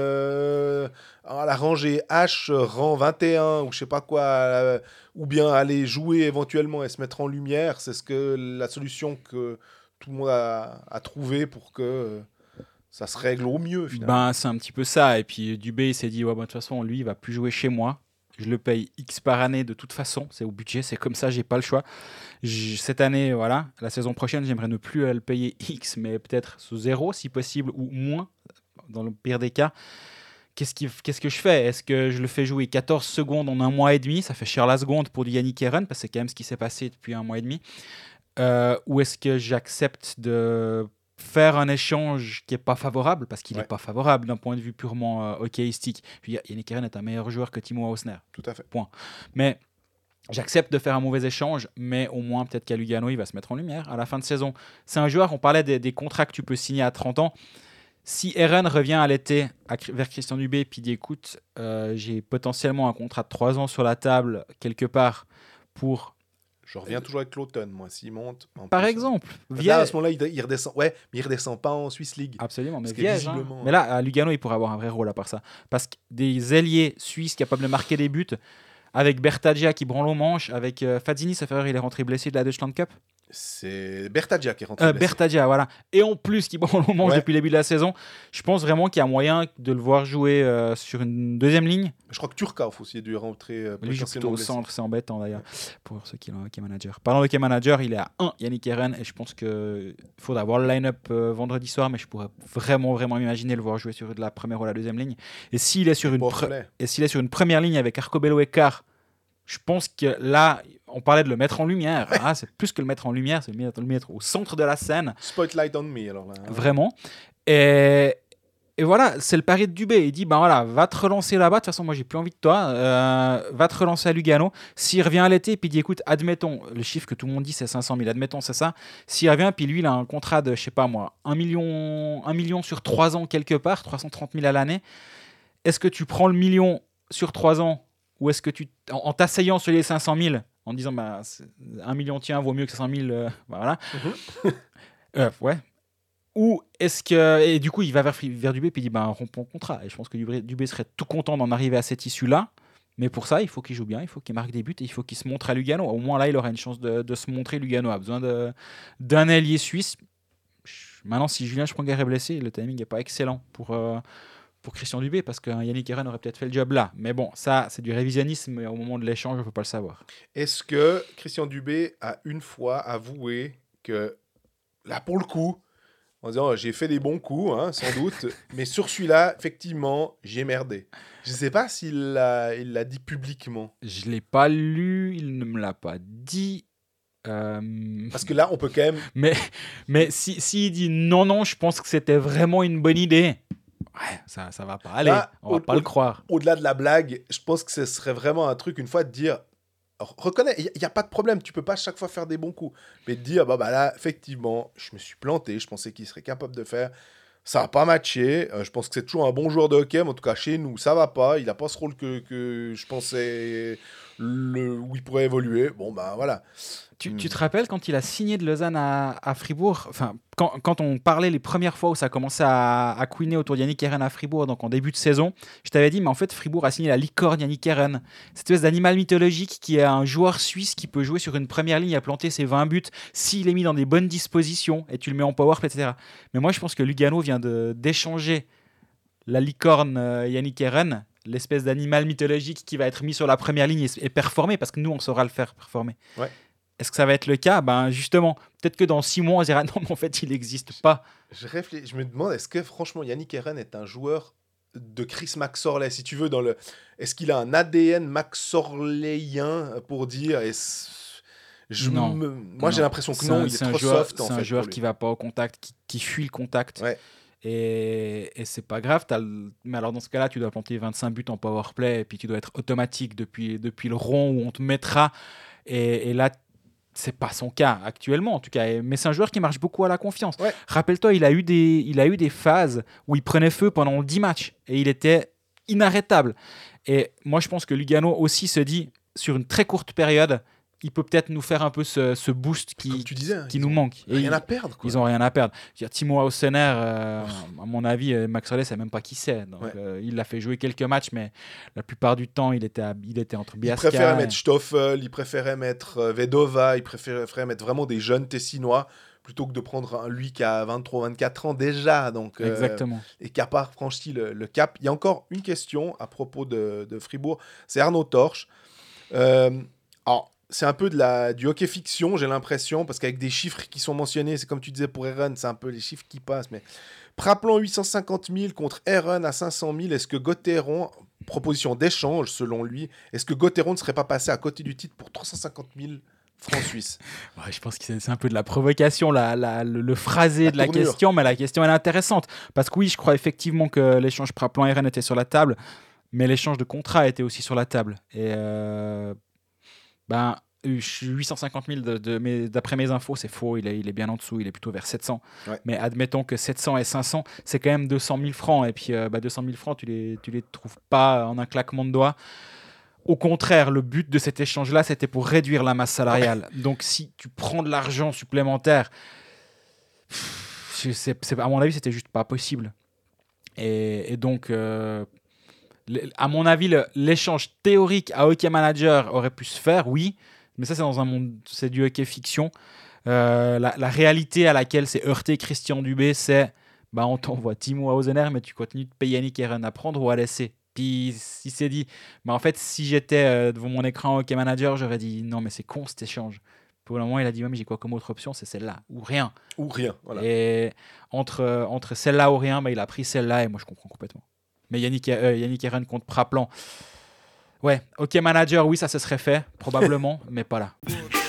à la rangée H, rang 21, ou je sais pas quoi, ou bien aller jouer éventuellement et se mettre en lumière, c'est la solution que tout le monde a trouvé pour que ça se règle au mieux, finalement. C'est un petit peu ça. Et puis Dubé, il s'est dit, de toute façon, lui, il va plus jouer chez moi. Je le paye X par année de toute façon. C'est au budget, c'est comme ça, j'ai pas le choix. Cette année, voilà, la saison prochaine, j'aimerais ne plus le payer X, mais peut-être sous 0 si possible, ou moins, dans le pire des cas. Qu'est-ce que je fais ? Est-ce que je le fais jouer 14 secondes en un mois et demi ? Ça fait cher la seconde pour du Yannick Aaron, parce que c'est quand même ce qui s'est passé depuis un mois et demi. Ou est-ce que j'accepte de faire un échange qui n'est pas favorable, parce qu'il n'est pas favorable d'un point de vue purement hockeyistique. Yannick Aaron est un meilleur joueur que Timo Hausener. Tout à fait. Point. Mais j'accepte de faire un mauvais échange, mais au moins peut-être qu'à Lugano, il va se mettre en lumière à la fin de saison. C'est un joueur, on parlait des contrats que tu peux signer à 30 ans. Si Aaron revient à l'été vers Christian Dubé et puis dit écoute, j'ai potentiellement un contrat de 3 ans sur la table quelque part pour... Je reviens toujours avec l'automne, moi, s'il monte. Par exemple. Là, à ce moment-là, il redescend. Ouais, mais il redescend pas en Swiss League. Absolument, mais Viège. Mais là, à Lugano, il pourrait avoir un vrai rôle à part ça. Parce que des ailiers suisses capables de marquer des buts, avec Bertagia qui branle au manche, avec Fazzini, ça fait rire, il est rentré blessé de la Deutschland Cup. C'est Bertagia qui est rentré blessé. Bertagia, voilà. Et en plus, qui branle au manche depuis le début de la saison. Je pense vraiment qu'il y a moyen de le voir jouer sur une deuxième ligne. Je crois que Turkov aussi a dû rentrer. Lui joue plutôt au centre, c'est embêtant d'ailleurs, pour ceux qui ont un hockey manager. Parlant de hockey manager, il est à 1 Yannick Aaron, et je pense qu'il faudra voir le line-up vendredi soir, mais je pourrais vraiment imaginer le voir jouer sur de la première ou la deuxième ligne. Et s'il est sur une première ligne avec Arcobello et Carr, je pense que là, on parlait de le mettre en lumière. Ah, c'est plus que le mettre en lumière, c'est le mettre au centre de la scène. Spotlight on me, alors là. Vraiment. Et voilà, c'est le pari de Dubé. Il dit, va te relancer là-bas. De toute façon, moi, j'ai plus envie de toi. Va te relancer à Lugano. S'il revient à l'été, puis il dit, écoute, admettons, le chiffre que tout le monde dit, c'est 500 000. Admettons, c'est ça. S'il revient, puis lui, il a un contrat de, je sais pas moi, 1 million sur 3 ans quelque part, 330 000 à l'année. Est-ce que tu prends le million sur 3 ans, ou est-ce que en t'asseyant sur les 500 000, en disant, 1 million, tiens, vaut mieux que 500 000, voilà. Ouais. Ou est-ce que... Et du coup, il va vers Dubé et il dit, rompons le contrat. Et je pense que Dubé serait tout content d'en arriver à cette issue-là. Mais pour ça, il faut qu'il joue bien, il faut qu'il marque des buts et il faut qu'il se montre à Lugano. Au moins, là, il aura une chance de se montrer. Lugano a besoin d'un ailier suisse. Maintenant, si Julien Sprunger est blessé, le timing n'est pas excellent pour Christian Dubé, parce que Yannick Aaron aurait peut-être fait le job là. Mais bon, ça, c'est du révisionnisme, mais au moment de l'échange, on ne peut pas le savoir. Est-ce que Christian Dubé a une fois avoué que, là, pour le coup, en disant j'ai fait des bons coups, hein, sans doute, mais sur celui-là, effectivement, j'ai merdé. Je ne sais pas s'il l'a dit publiquement. Je ne l'ai pas lu, il ne me l'a pas dit. Parce que là, on peut quand même... Mais s'il dit non, je pense que c'était vraiment une bonne idée. Ouais, ça va pas aller, là, on va pas le croire. Au-delà de la blague, je pense que ce serait vraiment un truc, une fois, de dire... Reconnais, il n'y a pas de problème, tu peux pas chaque fois faire des bons coups. Mais de dire, bah là, effectivement, je me suis planté, je pensais qu'il serait capable de faire... Ça n'a pas matché. Je pense que c'est toujours un bon joueur de hockey, mais en tout cas, chez nous, ça va pas. Il n'a pas ce rôle que je pensais où il pourrait évoluer. Bon, ben voilà. Tu te rappelles quand il a signé de Lausanne à Fribourg, enfin, quand on parlait les premières fois où ça commençait à couiner autour d'Yannick Herren à Fribourg, donc en début de saison, je t'avais dit, mais en fait, Fribourg a signé la licorne Yannick Herren. Cette espèce d'animal mythologique qui est un joueur suisse qui peut jouer sur une première ligne à planter ses 20 buts s'il est mis dans des bonnes dispositions et tu le mets en powerplay, etc. Mais moi, je pense que Lugano vient d'échanger la licorne Yannick Herren, l'espèce d'animal mythologique qui va être mis sur la première ligne et performer, parce que nous, on saura le faire performer. Ouais. Est-ce que ça va être le cas ? Ben justement, peut-être que dans 6 mois, on dira non, mais en fait, il n'existe pas. Je me demande, est-ce que franchement, Yannick Herren est un joueur de Chris McSorley, si tu veux, est-ce qu'il a un ADN McSorleyen pour dire... Non. Moi, j'ai l'impression que non, il est trop soft. C'est un joueur qui ne va pas au contact, qui fuit le contact. Ouais. Et c'est pas grave. Mais alors, dans ce cas-là, tu dois planter 25 buts en powerplay et puis tu dois être automatique depuis le rond où on te mettra. Et là, c'est pas son cas actuellement, en tout cas. Mais c'est un joueur qui marche beaucoup à la confiance. Ouais. Rappelle-toi, il a eu des phases où il prenait feu pendant 10 matchs et il était inarrêtable. Et moi, je pense que Lugano aussi se dit, sur une très courte période, il peut peut-être nous faire un peu ce boost qui nous manque. Rien à perdre. Quoi. Ils n'ont rien à perdre. Timo Hausener, à mon avis, Max Rollet, ne sait même pas qui c'est. Donc, il l'a fait jouer quelques matchs, mais la plupart du temps, il était entre Biasca. Il préférait mettre Stoffel, il préférait mettre Vedova, il préférait mettre vraiment des jeunes Tessinois plutôt que de prendre lui qui a 23-24 ans déjà. Donc, exactement. Et qui n'a pas franchi le cap. Il y a encore une question à propos de Fribourg. C'est Arnaud Torch. Alors, c'est un peu du hockey fiction, j'ai l'impression, parce qu'avec des chiffres qui sont mentionnés, c'est comme tu disais pour Herren, c'est un peu les chiffres qui passent. Mais Praplan 850 000 contre Herren à 500 000, est-ce que Gauthieron, proposition d'échange selon lui, est-ce que Gauthieron ne serait pas passé à côté du titre pour 350 000 francs suisses? Ouais, je pense que c'est un peu de la provocation, le phrasé de la question, mais la question elle est intéressante. Parce que oui, je crois effectivement que l'échange Praplan-Herren était sur la table, mais l'échange de contrat était aussi sur la table. Et 850 000, d'après mes infos, c'est faux, il est bien en dessous, il est plutôt vers 700. Ouais. Mais admettons que 700 et 500, c'est quand même 200 000 francs. Et puis 200 000 francs, tu les trouves pas en un claquement de doigts. Au contraire, le but de cet échange-là, c'était pour réduire la masse salariale. Donc si tu prends de l'argent supplémentaire, à mon avis, c'était juste pas possible. Et donc... à mon avis, l'échange théorique à Hockey Manager aurait pu se faire, oui, mais ça, c'est dans un monde, c'est du hockey fiction. La réalité à laquelle s'est heurté Christian Dubé, c'est on t'envoie Timo Hausener, mais tu continues de payer Yannick Herren à prendre ou à laisser. Puis il s'est dit, en fait, si j'étais devant mon écran Hockey Manager, j'aurais dit non, mais c'est con cet échange. Pour le moment, il a dit, mais j'ai quoi comme autre option? C'est celle-là, ou rien. Ou rien, voilà. Et entre celle-là ou rien, il a pris celle-là, et moi, je comprends complètement. Mais Yannick Herren contre Praplan. Ouais, OK Manager, oui, ça se serait fait, probablement, mais pas là.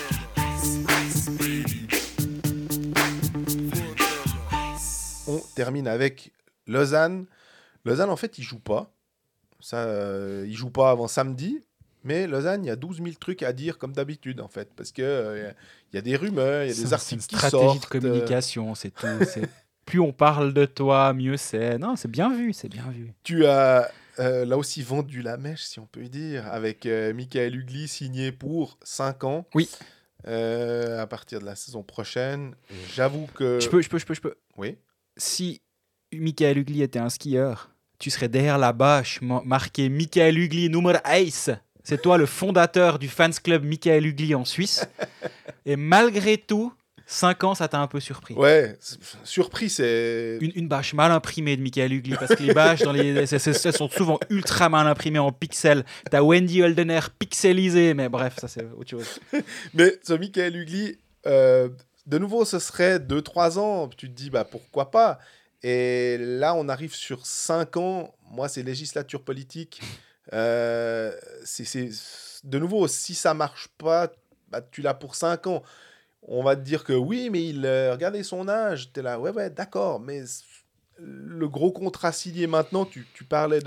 On termine avec Lausanne. Lausanne, en fait, il joue pas. Il joue pas avant samedi. Mais Lausanne, il y a 12 000 trucs à dire comme d'habitude, en fait. Parce qu'il y a des rumeurs, il y a des articles qui sortent. C'est une stratégie de communication, c'est tout. Plus on parle de toi, mieux c'est. Non, c'est bien vu, c'est bien vu. Tu as là aussi vendu la mèche, si on peut dire, avec Michael Ugly signé pour 5 ans. Oui. À partir de la saison prochaine. J'avoue que... Je peux. Oui. Si Michael Ugly était un skieur, tu serais derrière la bâche marqué Michael Ugly numéro 1. C'est toi le fondateur du fans club Michael Ugly en Suisse. Et malgré tout... 5 ans, ça t'a un peu surpris. Ouais, surpris, c'est... Une bâche mal imprimée de Michael Ugly, parce que les bâches, elles sont souvent ultra mal imprimées en pixels. T'as Wendy Holdener pixelisé, mais bref, ça c'est autre chose. Mais ce Michael Ugly, de nouveau, ce serait 2-3 ans. Tu te dis, bah, pourquoi pas? Et là, on arrive sur 5 ans. Moi, c'est législature politique. Euh, De nouveau, si ça marche pas, bah, tu l'as pour 5 ans. On va te dire que oui, mais regardez son âge. T'es là, ouais, d'accord. Mais le gros contrat signé maintenant, tu parlais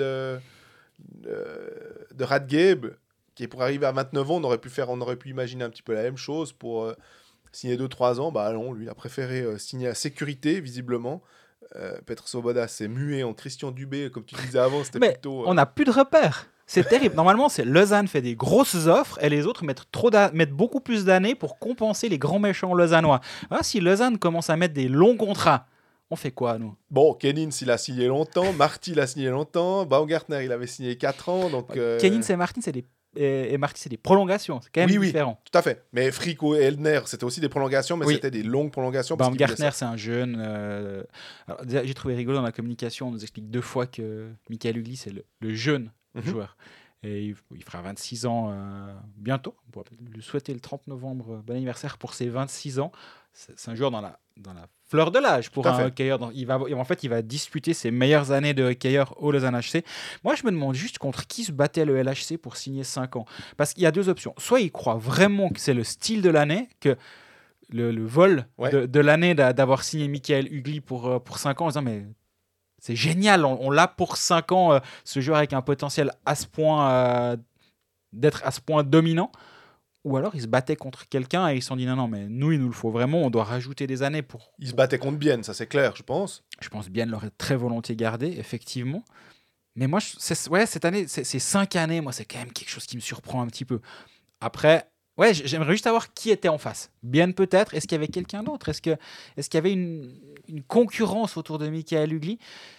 de Radgabe, qui pour arriver à 29 ans, on aurait pu imaginer un petit peu la même chose pour signer 2-3 ans. Bah non, lui, il a préféré signer à sécurité, visiblement. Petr Svoboda s'est mué en Christian Dubé, comme tu disais avant, c'était Mais plutôt... on n'a plus de repères. C'est terrible. Normalement, c'est Lausanne fait des grosses offres et les autres mettent beaucoup plus d'années pour compenser les grands méchants lausannois. Ah, si Lausanne commence à mettre des longs contrats, on fait quoi, nous? Bon, Kennins, il a signé longtemps, Marty, il a signé longtemps, Baumgartner, il avait signé 4 ans, donc... Kennins et Martin, c'est des prolongations. C'est quand même différent. Tout à fait. Mais Frico et Eldner, c'était aussi des prolongations, mais c'était des longues prolongations. Baumgartner, c'est un jeune. Alors, déjà, j'ai trouvé rigolo dans la communication. On nous explique 2 fois que Michael Ugly, c'est le jeune joueur. Et il fera 26 ans bientôt. On pourra lui souhaiter le 30 novembre, bon anniversaire pour ses 26 ans. C'est un joueur dans la fleur de l'âge pour un hockeyeur. Il va disputer ses meilleures années de hockeyeur au Lausanne HC. Moi, je me demande juste contre qui se battait le LHC pour signer 5 ans. Parce qu'il y a 2 options. Soit il croit vraiment que c'est le style de l'année, que le vol de l'année d'avoir signé Michael Ugly pour 5 ans en disant mais c'est génial, on l'a pour 5 ans, ce joueur avec un potentiel à ce point d'être à ce point dominant. Ou alors ils se battaient contre quelqu'un et ils se sont dit non, mais nous, il nous le faut vraiment, on doit rajouter des années pour... Ils se battaient contre Bienne, ça c'est clair, je pense. Je pense Bienne l'aurait très volontiers gardé, effectivement. Mais moi, cette année, ces 5 années, moi, c'est quand même quelque chose qui me surprend un petit peu. Après, j'aimerais juste savoir qui était en face. Bienne peut-être, est-ce qu'il y avait quelqu'un d'autre? Est-ce qu'il y avait une concurrence autour de Michael Ugly?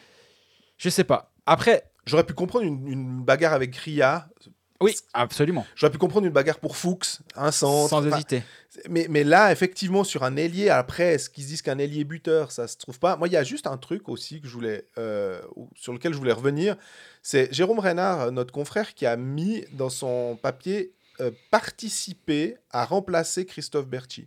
Je sais pas. Après... J'aurais pu comprendre une bagarre avec Ria. Oui, absolument. J'aurais pu comprendre une bagarre pour Fuchs, un centre. Sans hésiter. Mais là, effectivement, sur un ailier, après, est-ce qu'ils disent qu'un ailier buteur, ça se trouve pas? Moi, il y a juste un truc aussi que sur lequel je voulais revenir. C'est Jérôme Reynard, notre confrère, qui a mis dans son papier participer à remplacer Christophe Bertschy.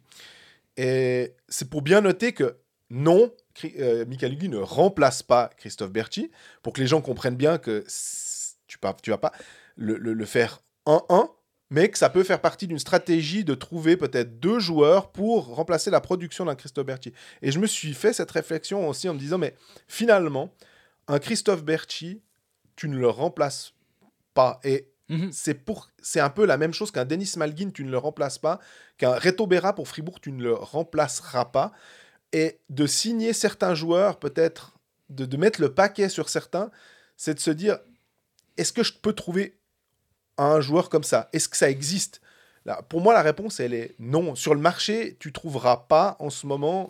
Et c'est pour bien noter que non, Michael Ugly ne remplace pas Christophe Bertschy, pour que les gens comprennent bien que tu vas pas le faire 1-1, mais que ça peut faire partie d'une stratégie de trouver peut-être 2 joueurs pour remplacer la production d'un Christophe Bertschy. Et je me suis fait cette réflexion aussi en me disant, mais finalement, un Christophe Bertschy, tu ne le remplaces pas. Et c'est un peu la même chose qu'un Denis Malgin, tu ne le remplaces pas, qu'un Reto Berra pour Fribourg, tu ne le remplaceras pas. Et de signer certains joueurs, peut-être, de mettre le paquet sur certains, c'est de se dire, est-ce que je peux trouver un joueur comme ça? Est-ce que ça existe? Là, pour moi, la réponse, elle est non. Sur le marché, tu ne trouveras pas en ce moment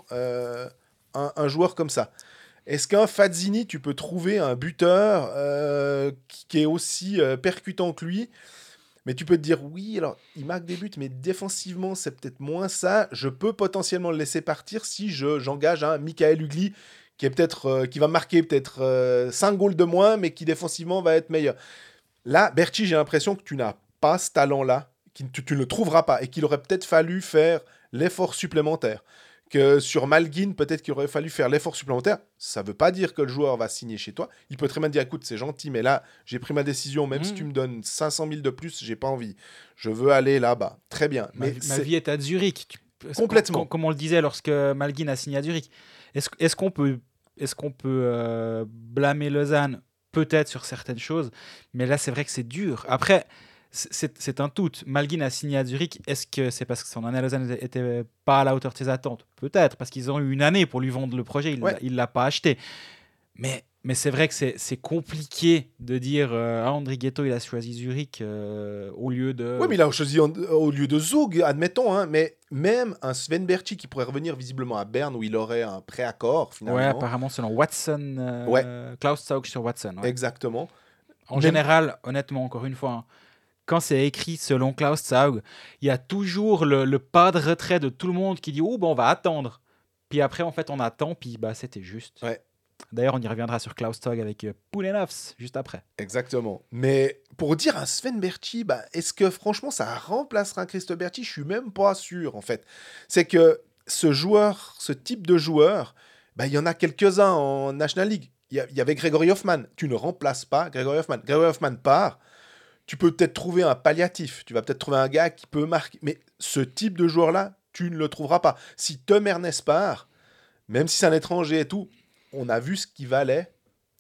un joueur comme ça. Est-ce qu'un Fazzini, tu peux trouver un buteur qui est aussi percutant que lui? Mais tu peux te dire, oui, alors il marque des buts, mais défensivement, c'est peut-être moins ça. Je peux potentiellement le laisser partir si j'engage un Michael Ugly qui est qui va marquer peut-être 5 goals de moins, mais qui défensivement va être meilleur. Là, Bertschy, j'ai l'impression que tu n'as pas ce talent-là, tu ne le trouveras pas, et qu'il aurait peut-être fallu faire l'effort supplémentaire. Que sur Malgin, peut-être qu'il aurait fallu faire l'effort supplémentaire. Ça ne veut pas dire que le joueur va signer chez toi. Il peut très bien dire, écoute, c'est gentil, mais là, j'ai pris ma décision, même si tu me donnes 500 000 de plus, j'ai pas envie. Je veux aller là-bas. Très bien. Ma vie est à Zurich. Complètement. Comme on le disait lorsque Malgin a signé à Zurich. Est-ce qu'on peut blâmer Lausanne? Peut-être sur certaines choses, mais là, c'est vrai que c'est dur. Après, c'est un tout. Malgin a signé à Zurich. Est-ce que c'est parce que son année à Lausanne n'était pas à la hauteur de ses attentes? Peut-être, parce qu'ils ont eu une année pour lui vendre le projet. Il ne l'a pas acheté. Mais c'est vrai que c'est compliqué de dire André Ghetto, il a choisi Zurich au lieu de... Oui, mais il a choisi au lieu de Zug, admettons. Hein, mais même un Sven Bertschy qui pourrait revenir visiblement à Berne où il aurait un préaccord, finalement. Ouais, apparemment, selon Watson. Klaus Zaug sur Watson. Ouais. Exactement. En général, honnêtement, encore une fois... Quand c'est écrit selon Klaus Zaug, il y a toujours le pas de retrait de tout le monde qui dit « Oh, on va attendre ». Puis après, en fait, on attend, puis c'était juste. Ouais. D'ailleurs, on y reviendra sur Klaus Zaug avec Poulenovs juste après. Exactement. Mais pour dire un Sven Bertschy, est-ce que franchement, ça remplacera un Christophe Bertschy? Je suis même pas sûr, en fait. C'est que ce type de joueur, il y en a quelques-uns en National League. Il y avait Gregory Hoffman. Tu ne remplaces pas Gregory Hoffman. Gregory Hoffman part. Tu peux peut-être trouver un palliatif. Tu vas peut-être trouver un gars qui peut marquer. Mais ce type de joueur-là, tu ne le trouveras pas. Si Tom Ernest part, même si c'est un étranger et tout, on a vu ce qu'il valait.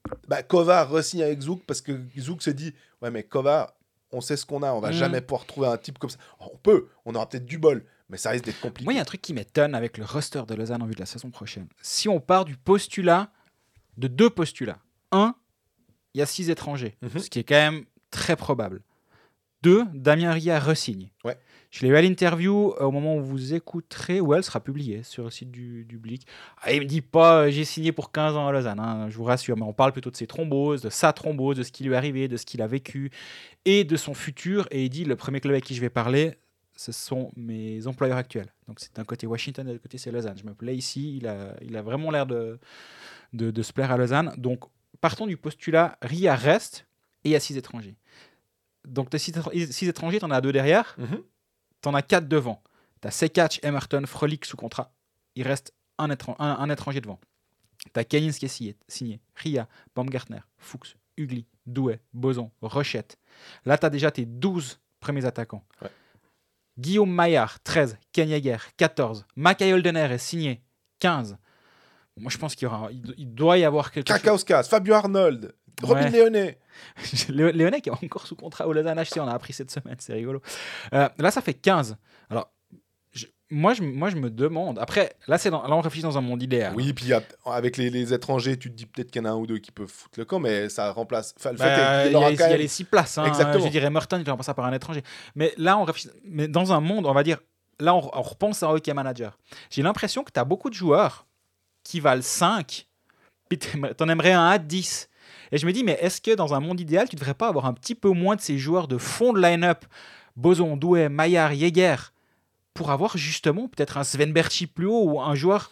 Kovar re-signe avec Zouk parce que Zouk se dit « Ouais, mais Kovar, on sait ce qu'on a. On va jamais pouvoir trouver un type comme ça. On aura peut-être du bol. Mais ça risque d'être compliqué. » Moi, il y a un truc qui m'étonne avec le roster de Lausanne en vue de la saison prochaine. Si on part du postulat, de 2 postulats. 1, il y a 6 étrangers, ce qui est quand même très probable. 2, Damien Ria re-signe. Ouais. Je l'ai eu à l'interview au moment où vous écouterez, où elle sera publiée sur le site du Blick. Il me dit pas j'ai signé pour 15 ans à Lausanne, hein, je vous rassure, mais on parle plutôt de ses thromboses, de sa thrombose, de ce qui lui est arrivé, de ce qu'il a vécu et de son futur. Et il dit le premier club avec qui je vais parler, ce sont mes employeurs actuels. Donc c'est d'un côté Washington et de l'autre côté c'est Lausanne. Je me plais ici, il a vraiment l'air de se plaire à Lausanne. Donc partons du postulat, Ria reste et il y a 6 étrangers. Donc tu as 6 étrangers, tu en as 2 derrière. Tu en as 4 devant. Tu as Sekac, Emerton, Frolic sous contrat. Il reste un étranger devant. Tu as Keynes qui est signé. Ria, Baumgartner, Fuchs, Ugly, Douai, Boson, Rochette. Là, tu as déjà tes 12 premiers attaquants. Ouais. Guillaume Maillard, 13. Ken Yeager, 14. Mackay Holdener est signé, 15. Moi, je pense qu'il doit y avoir quelque chose. Kakauskas, Fabio Arnold, Robin Léonet. Léonet qui est encore sous contrat au Lausanne HC, on a appris cette semaine, c'est rigolo. Là, ça fait 15. Alors, moi, je me demande. Après, là, on réfléchit dans un monde idéal. Oui, puis avec les étrangers, tu te dis peut-être qu'il y en a un ou deux qui peuvent foutre le camp, mais ça remplace. Il y a les 6 places. Exactement. Je dirais Merton, il est remplacé par un étranger. Mais là, on réfléchit. Mais dans un monde, on va dire. Là, on repense à un hockey manager. J'ai l'impression que tu as beaucoup de joueurs qui valent 5, puis t'en aimerais un à 10. Et je me dis, mais est-ce que dans un monde idéal, tu ne devrais pas avoir un petit peu moins de ces joueurs de fond de line-up, Boson, Douai, Maillard, Yeager, pour avoir justement peut-être un Sven Berchi plus haut ou un joueur...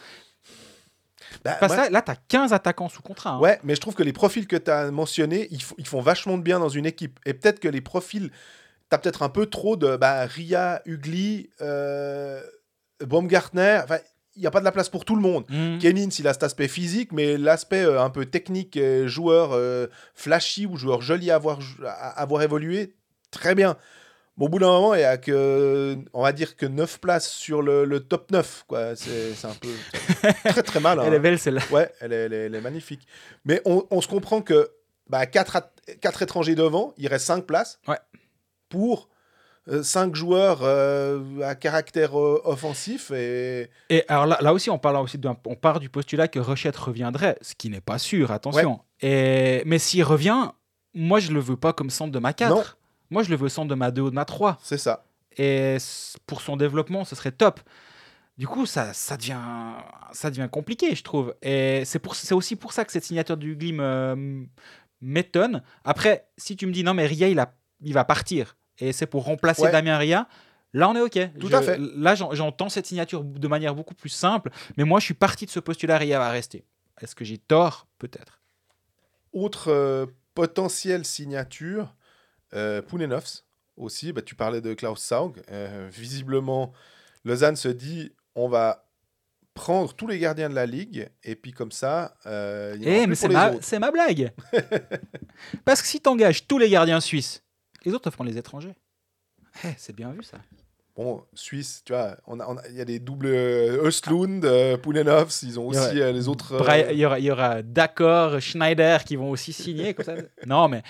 Parce que là, tu as 15 attaquants sous contrat. Hein. Ouais, mais je trouve que les profils que tu as mentionnés, ils font vachement de bien dans une équipe. Et peut-être que les profils, tu as peut-être un peu trop de Ria, Ugly, Baumgartner... Il n'y a pas de la place pour tout le monde. Kennins, il a cet aspect physique, mais l'aspect un peu technique, joueur flashy ou joueur joli à avoir évolué, très bien. Bon, au bout d'un moment, il n'y a on va dire que 9 places sur le top 9. Quoi. C'est un peu très très mal. Elle est belle celle-là. Ouais, elle est magnifique. Mais on se comprend que 4 étrangers devant, il reste 5 places pour... 5 joueurs à caractère offensif. Et alors là aussi, on part du postulat que Rochette reviendrait, ce qui n'est pas sûr, attention. Ouais. Mais s'il revient, moi, je ne le veux pas comme centre de ma 4. Non. Moi, je le veux centre de ma 2 ou de ma 3. C'est ça. Et pour son développement, ce serait top. Du coup, ça devient compliqué, je trouve. Et c'est aussi pour ça que cette signature du Ugly m'étonne. Après, si tu me dis, non, mais Ria, il va partir. Et c'est pour remplacer Damien Ria. Là, on est OK. Tout à fait. Là, j'entends cette signature de manière beaucoup plus simple. Mais moi, je suis parti de ce postulat, Ria va rester. Est-ce que j'ai tort? Peut-être. Autre potentielle signature, Pounenovs aussi. Tu parlais de Klaus Saug. Visiblement, Lausanne se dit, on va prendre tous les gardiens de la Ligue. Et puis comme ça, mais c'est ma blague. Parce que si tu engages tous les gardiens suisses, les autres te feront les étrangers. C'est bien vu, ça. Bon, Suisse, tu vois, il y a des doubles Östlund, Pounenovs, ils ont aussi les autres... Il y aura D'accord, Schneider qui vont aussi signer. Comme ça. Non, mais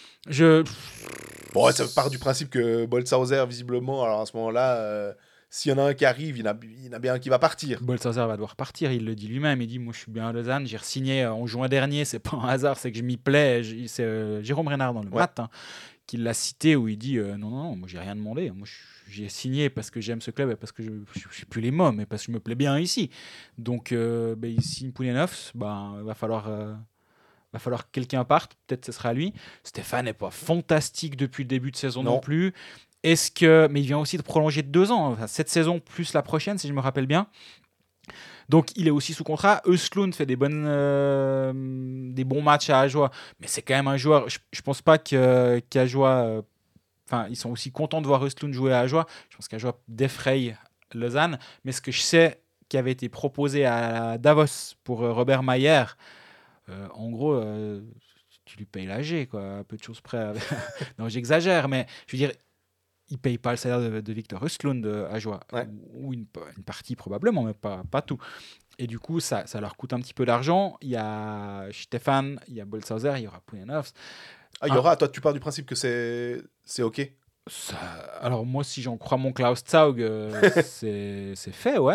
Bon, ça part du principe que Boltzhauser, visiblement, alors à ce moment-là, s'il y en a un qui arrive, il y en a bien un qui va partir. Boltzhauser va devoir partir, il le dit lui-même. Il dit, moi, je suis bien à Lausanne, j'ai re-signé en juin dernier, c'est pas un hasard, c'est que je m'y plais. C'est Jérôme Renard dans le matin qui l'a cité, où il dit non, moi j'ai rien demandé, moi j'ai signé parce que j'aime ce club et parce que je sais plus les mots, mais parce que je me plais bien ici. Donc il signe Pounenovs, va falloir que quelqu'un parte, peut-être ce sera lui. Stéphane n'est pas fantastique depuis le début de saison non plus. Mais il vient aussi de prolonger de 2 ans, cette saison plus la prochaine si je me rappelle bien. Donc il est aussi sous contrat. Östlund fait des bons matchs à Ajoie, mais c'est quand même un joueur. Je pense pas qu'Ajoie, ils sont aussi contents de voir Östlund jouer à Ajoie. Je pense qu'Ajoie défraye Lausanne, mais ce que je sais qui avait été proposé à Davos pour Robert Mayer, en gros, tu lui payes l'AG, quoi, à peu de choses près. Non, j'exagère, mais je veux dire, il ne paye pas le salaire de Victor Östlund à Joie, ou une partie probablement, mais pas tout. Et du coup, ça leur coûte un petit peu d'argent. Il y a Stefan, il y a Bolshauser, il y aura Pouyanovs. Il y aura, toi, tu pars du principe que c'est OK. Alors moi, si j'en crois mon Klaus Zaug, c'est fait, ouais.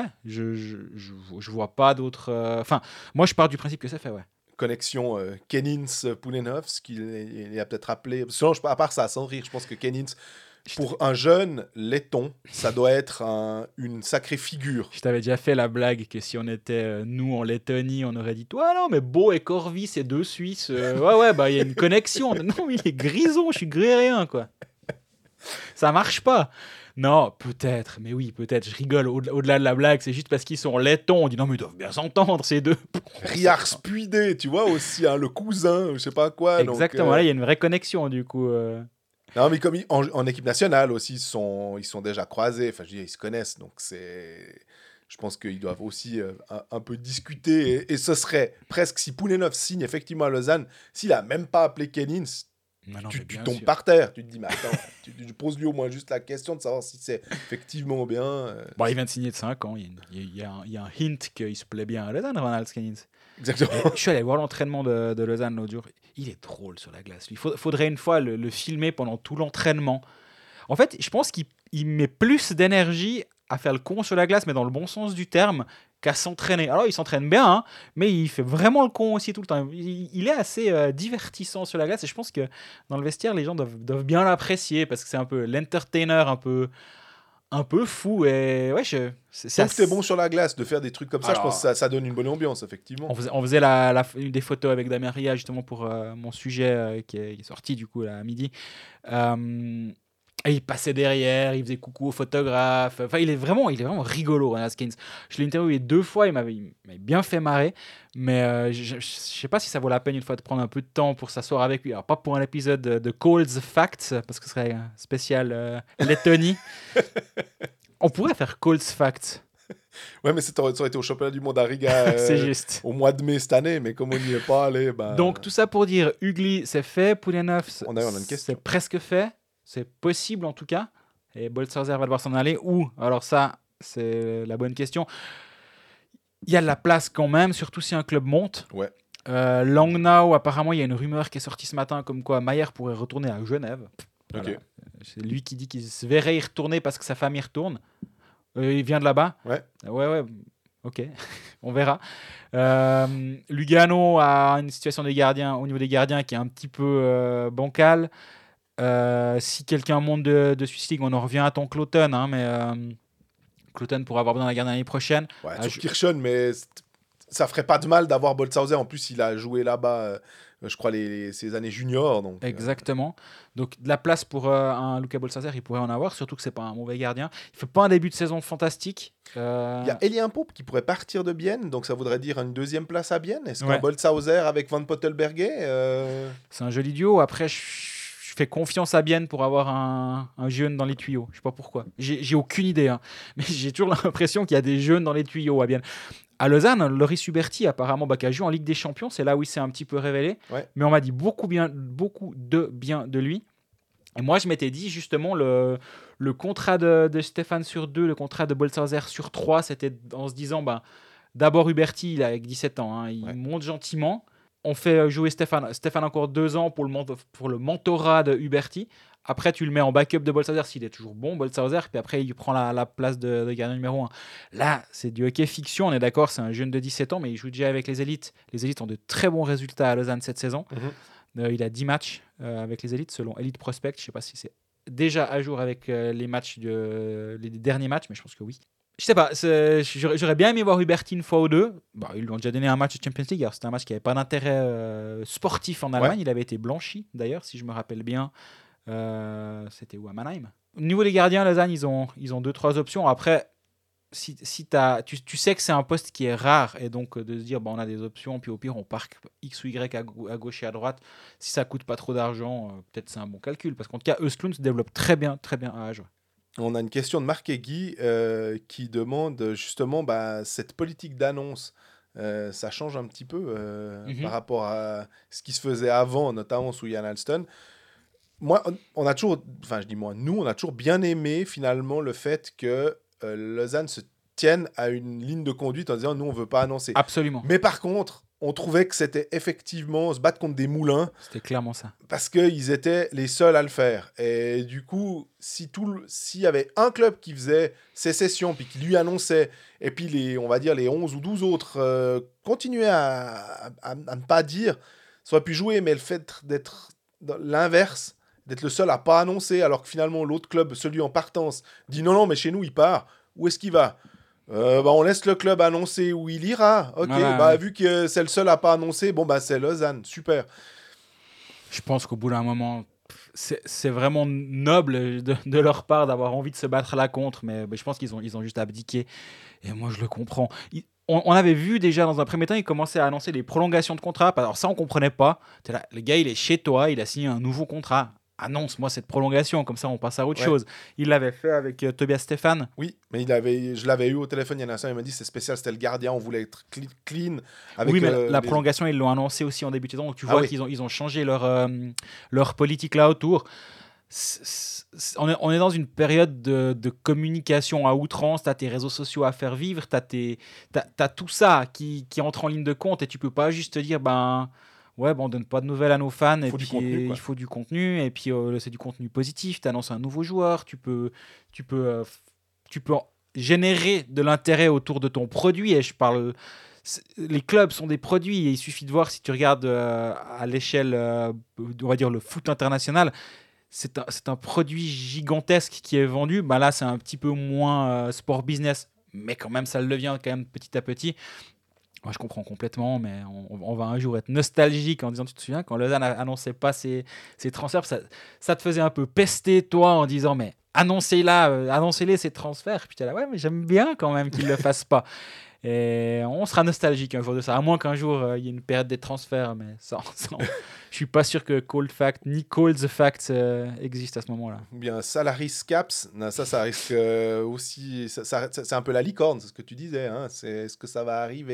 Je vois pas d'autres... Enfin, moi, je pars du principe que c'est fait, ouais. Connexion Kenins-Poulenovs, qu'il a peut-être appelé... Sinon, à part ça, sans rire, je pense que Kenins, pour un jeune laiton, ça doit être une sacrée figure. Je t'avais déjà fait la blague que si on était, nous, en Lettonie, on aurait dit « Toi, non, mais Beau et Corvi, c'est deux Suisses. Ouais, bah, il y a une connexion. Non, mais il est grison, je suis grérien, quoi. » Ça marche pas. Non, peut-être, mais oui, peut-être. Je rigole. Au-delà de la blague, c'est juste parce qu'ils sont lettons. On dit non, mais ils doivent bien s'entendre, ces deux. Riars Puidé, tu vois, aussi, hein, le cousin, je sais pas quoi. Exactement, là, il y a une vraie connexion, du coup. Non, mais comme en équipe nationale aussi, ils sont déjà croisés. Enfin, je veux dire, ils se connaissent, donc je pense qu'ils doivent aussi un peu discuter. Et ce serait presque, si Poulenov signe effectivement à Lausanne, s'il a même pas appelé Kenins, tu tombes par terre. Tu te dis, mais attends, tu poses lui au moins juste la question de savoir si c'est effectivement bien. Bon, il vient de signer de 5 ans. Il y a un hint qu'il se plaît bien à Lausanne, Ronald Kenins. Exactement. Je suis allé voir l'entraînement de Lausanne l'autre jour. Il est drôle sur la glace. Il faudrait une fois le filmer pendant tout l'entraînement. En fait, je pense qu'il met plus d'énergie à faire le con sur la glace, mais dans le bon sens du terme, qu'à s'entraîner. Alors, il s'entraîne bien, hein, mais il fait vraiment le con aussi tout le temps. Il est assez divertissant sur la glace, et je pense que dans le vestiaire, les gens doivent bien l'apprécier, parce que c'est un peu l'entertainer, un peu fou. Et ouais, tant que t'es bon sur la glace, de faire des trucs comme ça, je pense que ça donne une bonne ambiance, effectivement. On faisait des photos avec Damien Ria, justement, pour mon sujet qui est sorti, du coup, là, à midi. Et il passait derrière, il faisait coucou au photographe. Enfin, il est vraiment rigolo, Ron Haskins. Je l'ai interviewé 2 fois, il m'avait bien fait marrer. Mais je ne sais pas si ça vaut la peine une fois de prendre un peu de temps pour s'asseoir avec lui. Alors, pas pour un épisode de Cole's Facts, parce que ce serait un spécial Lettonie. On pourrait faire Cole's Facts. Ouais, mais ça aurait été au championnat du monde à Riga c'est juste. Au mois de mai cette année, mais comme on n'y est pas allé... Donc, tout ça pour dire, Ugly, c'est fait. Poulianov, on a une question. C'est presque fait. C'est possible en tout cas. Et Bolshauser va devoir s'en aller. Ou, alors ça, c'est la bonne question. Il y a de la place quand même, surtout si un club monte. Ouais. Langnau, apparemment, il y a une rumeur qui est sortie ce matin comme quoi Mayer pourrait retourner à Genève. Voilà. Okay. C'est lui qui dit qu'il se verrait y retourner parce que sa famille retourne. Il vient de là-bas. Ouais. Ok, on verra. Lugano a une situation des gardiens, au niveau des gardiens qui est un petit peu bancale. Si quelqu'un monte de Swiss League, on en revient à ton Cloton, hein, mais Cloton pourra avoir besoin de la garde l'année prochaine. Ouais, sauf Kirchen, mais ça ferait pas de mal d'avoir Bolshauser. En plus, il a joué là-bas, je crois, ses années juniors. Donc, exactement. Donc, de la place pour un Luca Bolshauser, il pourrait en avoir, surtout que c'est pas un mauvais gardien. Il fait pas un début de saison fantastique. Il y a Elien Pope qui pourrait partir de Bienne, donc ça voudrait dire une 2e place à Bienne. Est-ce qu'un Bolshauser avec Van Pottelberger C'est un joli duo. Après, je fais confiance à Bienne pour avoir un jeune dans les tuyaux. Je sais pas pourquoi. J'ai aucune idée, hein. Mais j'ai toujours l'impression qu'il y a des jeunes dans les tuyaux à Bienne. À Lausanne, Loris Huberti, apparemment, qui a joué en Ligue des Champions, c'est là où il s'est un petit peu révélé. Ouais. Mais on m'a dit beaucoup de bien de lui. Et moi, je m'étais dit, justement, le contrat de Stéphane sur 2, le contrat de Bolshauser sur 3, c'était en se disant, d'abord Huberti, il a avec 17 ans, hein, il monte gentiment. On fait jouer Stéphane encore 2 ans pour le mentorat de Huberti. Après, tu le mets en backup de Bolshauser s'il est toujours bon, Bolshauser, puis après, il prend la place de gardien numéro 1. Là, c'est du hockey fiction, on est d'accord, c'est un jeune de 17 ans, mais il joue déjà avec les élites. Les élites ont de très bons résultats à Lausanne cette saison. Il a 10 matchs avec les élites, selon Elite Prospect. Je ne sais pas si c'est déjà à jour avec les derniers matchs, mais je pense que oui. Je sais pas, j'aurais bien aimé voir Huberti une fois ou deux. Ils lui ont déjà donné un match de Champions League. Alors c'était un match qui n'avait pas d'intérêt sportif en Allemagne. Ouais. Il avait été blanchi, d'ailleurs, si je me rappelle bien. C'était où, à Mannheim. Au niveau des gardiens, Lausanne, ils ont 2-3 options. Après, si tu sais que c'est un poste qui est rare, et donc de se dire, on a des options, puis au pire, on parque X ou Y à gauche et à droite. Si ça coûte pas trop d'argent, peut-être c'est un bon calcul. Parce qu'en tout cas, Östlund se développe très bien à Ajoie. On a une question de Marc Egui qui demande justement cette politique d'annonce. Ça change un petit peu par rapport à ce qui se faisait avant, notamment sous Ian Alston. Moi, on a toujours, enfin je dis moi, nous, on a toujours bien aimé finalement le fait que Lausanne se tienne à une ligne de conduite en disant nous, on veut pas annoncer. Absolument. Mais par contre, on trouvait que c'était effectivement se battre contre des moulins. C'était clairement ça. Parce qu'ils étaient les seuls à le faire. Et du coup, s'il y avait un club qui faisait sécession, puis qui lui annonçait, et puis on va dire les 11 ou 12 autres continuaient à ne pas dire, ça aurait pu jouer, mais le fait d'être dans l'inverse, d'être le seul à pas annoncer, alors que finalement l'autre club, celui en partance, dit non, mais chez nous, il part. Où est-ce qu'il va ? On laisse le club annoncer où il ira. Ok, voilà. Vu que c'est le seul à pas annoncer, c'est Lausanne, super. Je pense qu'au bout d'un moment, c'est vraiment noble de leur part d'avoir envie de se battre là contre, mais je pense qu'ils ont juste abdiqué. Et moi, je le comprends. On avait vu déjà dans un premier temps, ils commençaient à annoncer les prolongations de contrat. Alors ça, on comprenait pas. Là, le gars, il est chez toi, il a signé un nouveau contrat. Annonce-moi cette prolongation, comme ça on passe à autre chose. Il l'avait fait avec Tobias Stéphane. Oui, mais je l'avais eu au téléphone il y en a un, il m'a dit c'est spécial, c'était le gardien, on voulait être clean. Avec, oui, mais la prolongation, ils l'ont annoncé aussi en début de saison, donc tu vois qu'ils ont changé leur politique là autour. On est dans une période de communication à outrance, tu as tes réseaux sociaux à faire vivre, tu as tout ça qui entre en ligne de compte et tu peux pas juste te dire on donne pas de nouvelles à nos fans et puis il faut du contenu et puis c'est du contenu positif, tu annonces un nouveau joueur, tu peux générer de l'intérêt autour de ton produit et je parle les clubs sont des produits et il suffit de voir si tu regardes à l'échelle on va dire le foot international, c'est un produit gigantesque qui est vendu, là c'est un petit peu moins sport business mais quand même ça le devient quand même petit à petit. Moi, je comprends complètement, mais on va un jour être nostalgique en disant, tu te souviens, quand Lausanne annonçait pas ses transferts, ça te faisait un peu pester, toi, en disant, mais annoncez-les ces transferts. Puis tu es là, ouais, mais j'aime bien quand même qu'ils ne le fassent pas. Et on sera nostalgique un jour de ça, à moins qu'un jour il y ait une période des transferts, mais ça je suis pas sûr que Cold Fact ni Cold the Fact existe à ce moment-là. Bien, Salaries Caps, ça risque aussi, c'est un peu la licorne, c'est ce que tu disais, hein, est-ce que ça va arriver ?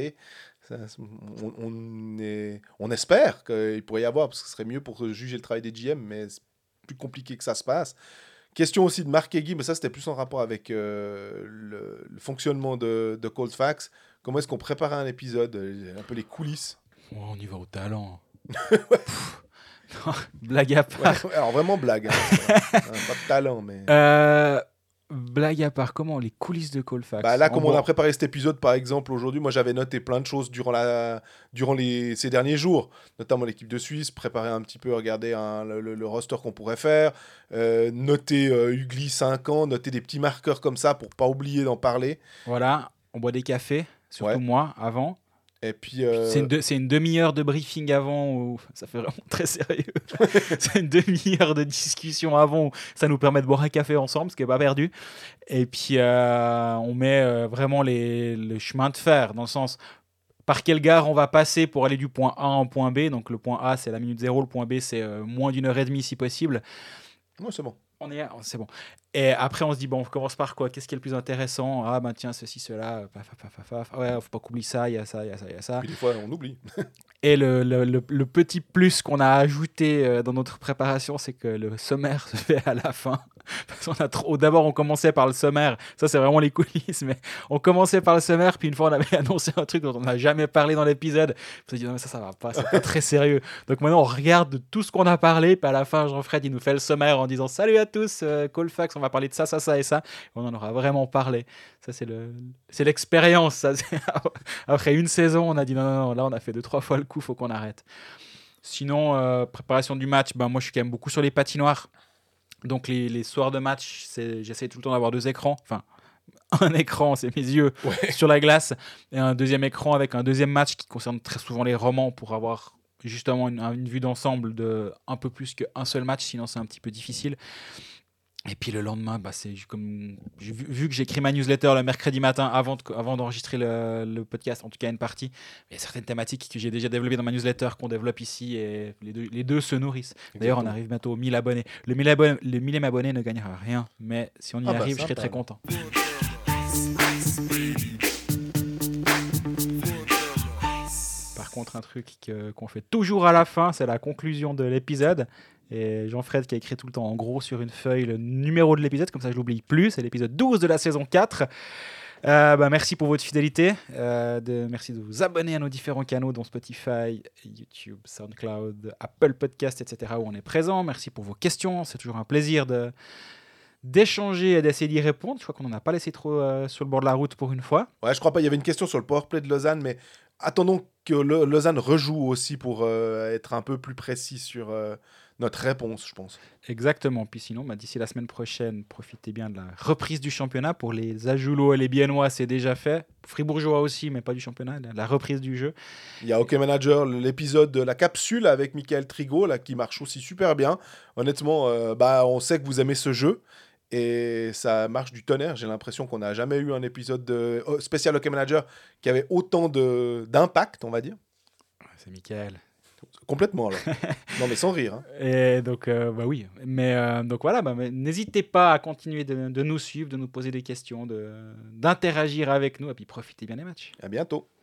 On espère qu'il pourrait y avoir, parce que ce serait mieux pour juger le travail des GM, mais c'est plus compliqué que ça se passe. Question aussi de Marc Egui, mais ça c'était plus en rapport avec le fonctionnement de Cold Facts. Comment est-ce qu'on prépare un épisode, un peu les coulisses. On y va au talent. Non, blague à part. Alors vraiment blague, hein, pas de talent, mais... Blague à part, comment les coulisses de Colfax là, comme on a préparé cet épisode, par exemple, aujourd'hui, moi j'avais noté plein de choses durant ces derniers jours, notamment l'équipe de Suisse, préparer un petit peu, regarder le roster qu'on pourrait faire, noter Ugly 5 ans, noter des petits marqueurs comme ça pour pas oublier d'en parler. Voilà, on boit des cafés, surtout moi, avant. Et puis c'est une demi-heure de briefing avant où ça fait vraiment très sérieux. C'est une demi-heure de discussion avant où ça nous permet de boire un café ensemble, ce qui n'est pas perdu. Et puis on met vraiment le chemin de fer, dans le sens par quelle gare on va passer pour aller du point A au point B. Donc le point A c'est la minute 0, le point B c'est moins d'une heure et demie si possible. Ouais, c'est bon. C'est bon. Et après, on se dit, on commence par quoi ? Qu'est-ce qui est le plus intéressant ? Tiens, ceci, cela. Ouais, faut pas qu'on oublie ça, il y a ça, il y a ça, il y a ça. Puis des fois, on oublie. Et le petit plus qu'on a ajouté dans notre préparation, c'est que le sommaire se fait à la fin. D'abord, on commençait par le sommaire. Ça, c'est vraiment les coulisses. Mais on commençait par le sommaire, puis une fois, on avait annoncé un truc dont on n'a jamais parlé dans l'épisode. On s'est dit, non, mais ça va pas, c'est pas très sérieux. Donc maintenant, on regarde tout ce qu'on a parlé, puis à la fin, Jean-Fred, il nous fait le sommaire en disant, salut à tous, Colfax, on va parler de ça, ça, ça et ça. On en aura vraiment parlé. Ça, c'est l'expérience. Ça. Après une saison, on a dit, non, là, on a fait 2-3 fois le coup, faut qu'on arrête. Sinon, préparation du match, moi, je suis quand même beaucoup sur les patinoires. Donc les soirs de match, j'essaie tout le temps d'avoir 2 écrans. Enfin, un écran, c'est mes yeux, sur la glace, et un deuxième écran avec un deuxième match qui concerne très souvent les romans pour avoir justement une vue d'ensemble de un peu plus qu'un seul match, sinon c'est un petit peu difficile. Et puis le lendemain, vu que j'écris ma newsletter le mercredi matin avant d'enregistrer le podcast, en tout cas une partie, il y a certaines thématiques que j'ai déjà développées dans ma newsletter qu'on développe ici et les deux se nourrissent. D'ailleurs, on arrive bientôt aux 1000 abonnés. Le 1000e abonné ne gagnera rien, mais si on y arrive, je serai très content. Par contre, un truc qu'on fait toujours à la fin, c'est la conclusion de l'épisode. Et Jean-Fred qui a écrit tout le temps en gros sur une feuille le numéro de l'épisode, comme ça je l'oublie plus, c'est l'épisode 12 de la saison 4. Merci pour votre fidélité, merci de vous abonner à nos différents canaux dont Spotify, YouTube, SoundCloud, Apple Podcast, etc. où on est présent. Merci pour vos questions, c'est toujours un plaisir d'échanger et d'essayer d'y répondre. Je crois qu'on n'en a pas laissé trop sur le bord de la route pour une fois. Ouais, je crois pas, il y avait une question sur le powerplay de Lausanne, mais attendons que Lausanne rejoue aussi pour être un peu plus précis sur notre réponse, je pense. Exactement. Puis sinon, d'ici la semaine prochaine, profitez bien de la reprise du championnat. Pour les Ajoulois et les Biennois, c'est déjà fait. Fribourgeois aussi, mais pas du championnat. La reprise du jeu. Il y a OK Manager, l'épisode de la capsule avec Michael Trigo, là, qui marche aussi super bien. Honnêtement, on sait que vous aimez ce jeu. Et ça marche du tonnerre. J'ai l'impression qu'on n'a jamais eu un épisode de spécial OK Manager qui avait autant d'impact, on va dire. C'est Michael. Complètement, alors. Non, mais sans rire. Hein. Et donc, oui. Donc voilà, mais n'hésitez pas à continuer de nous suivre, de nous poser des questions, d'interagir avec nous. Et puis profitez bien des matchs. À bientôt.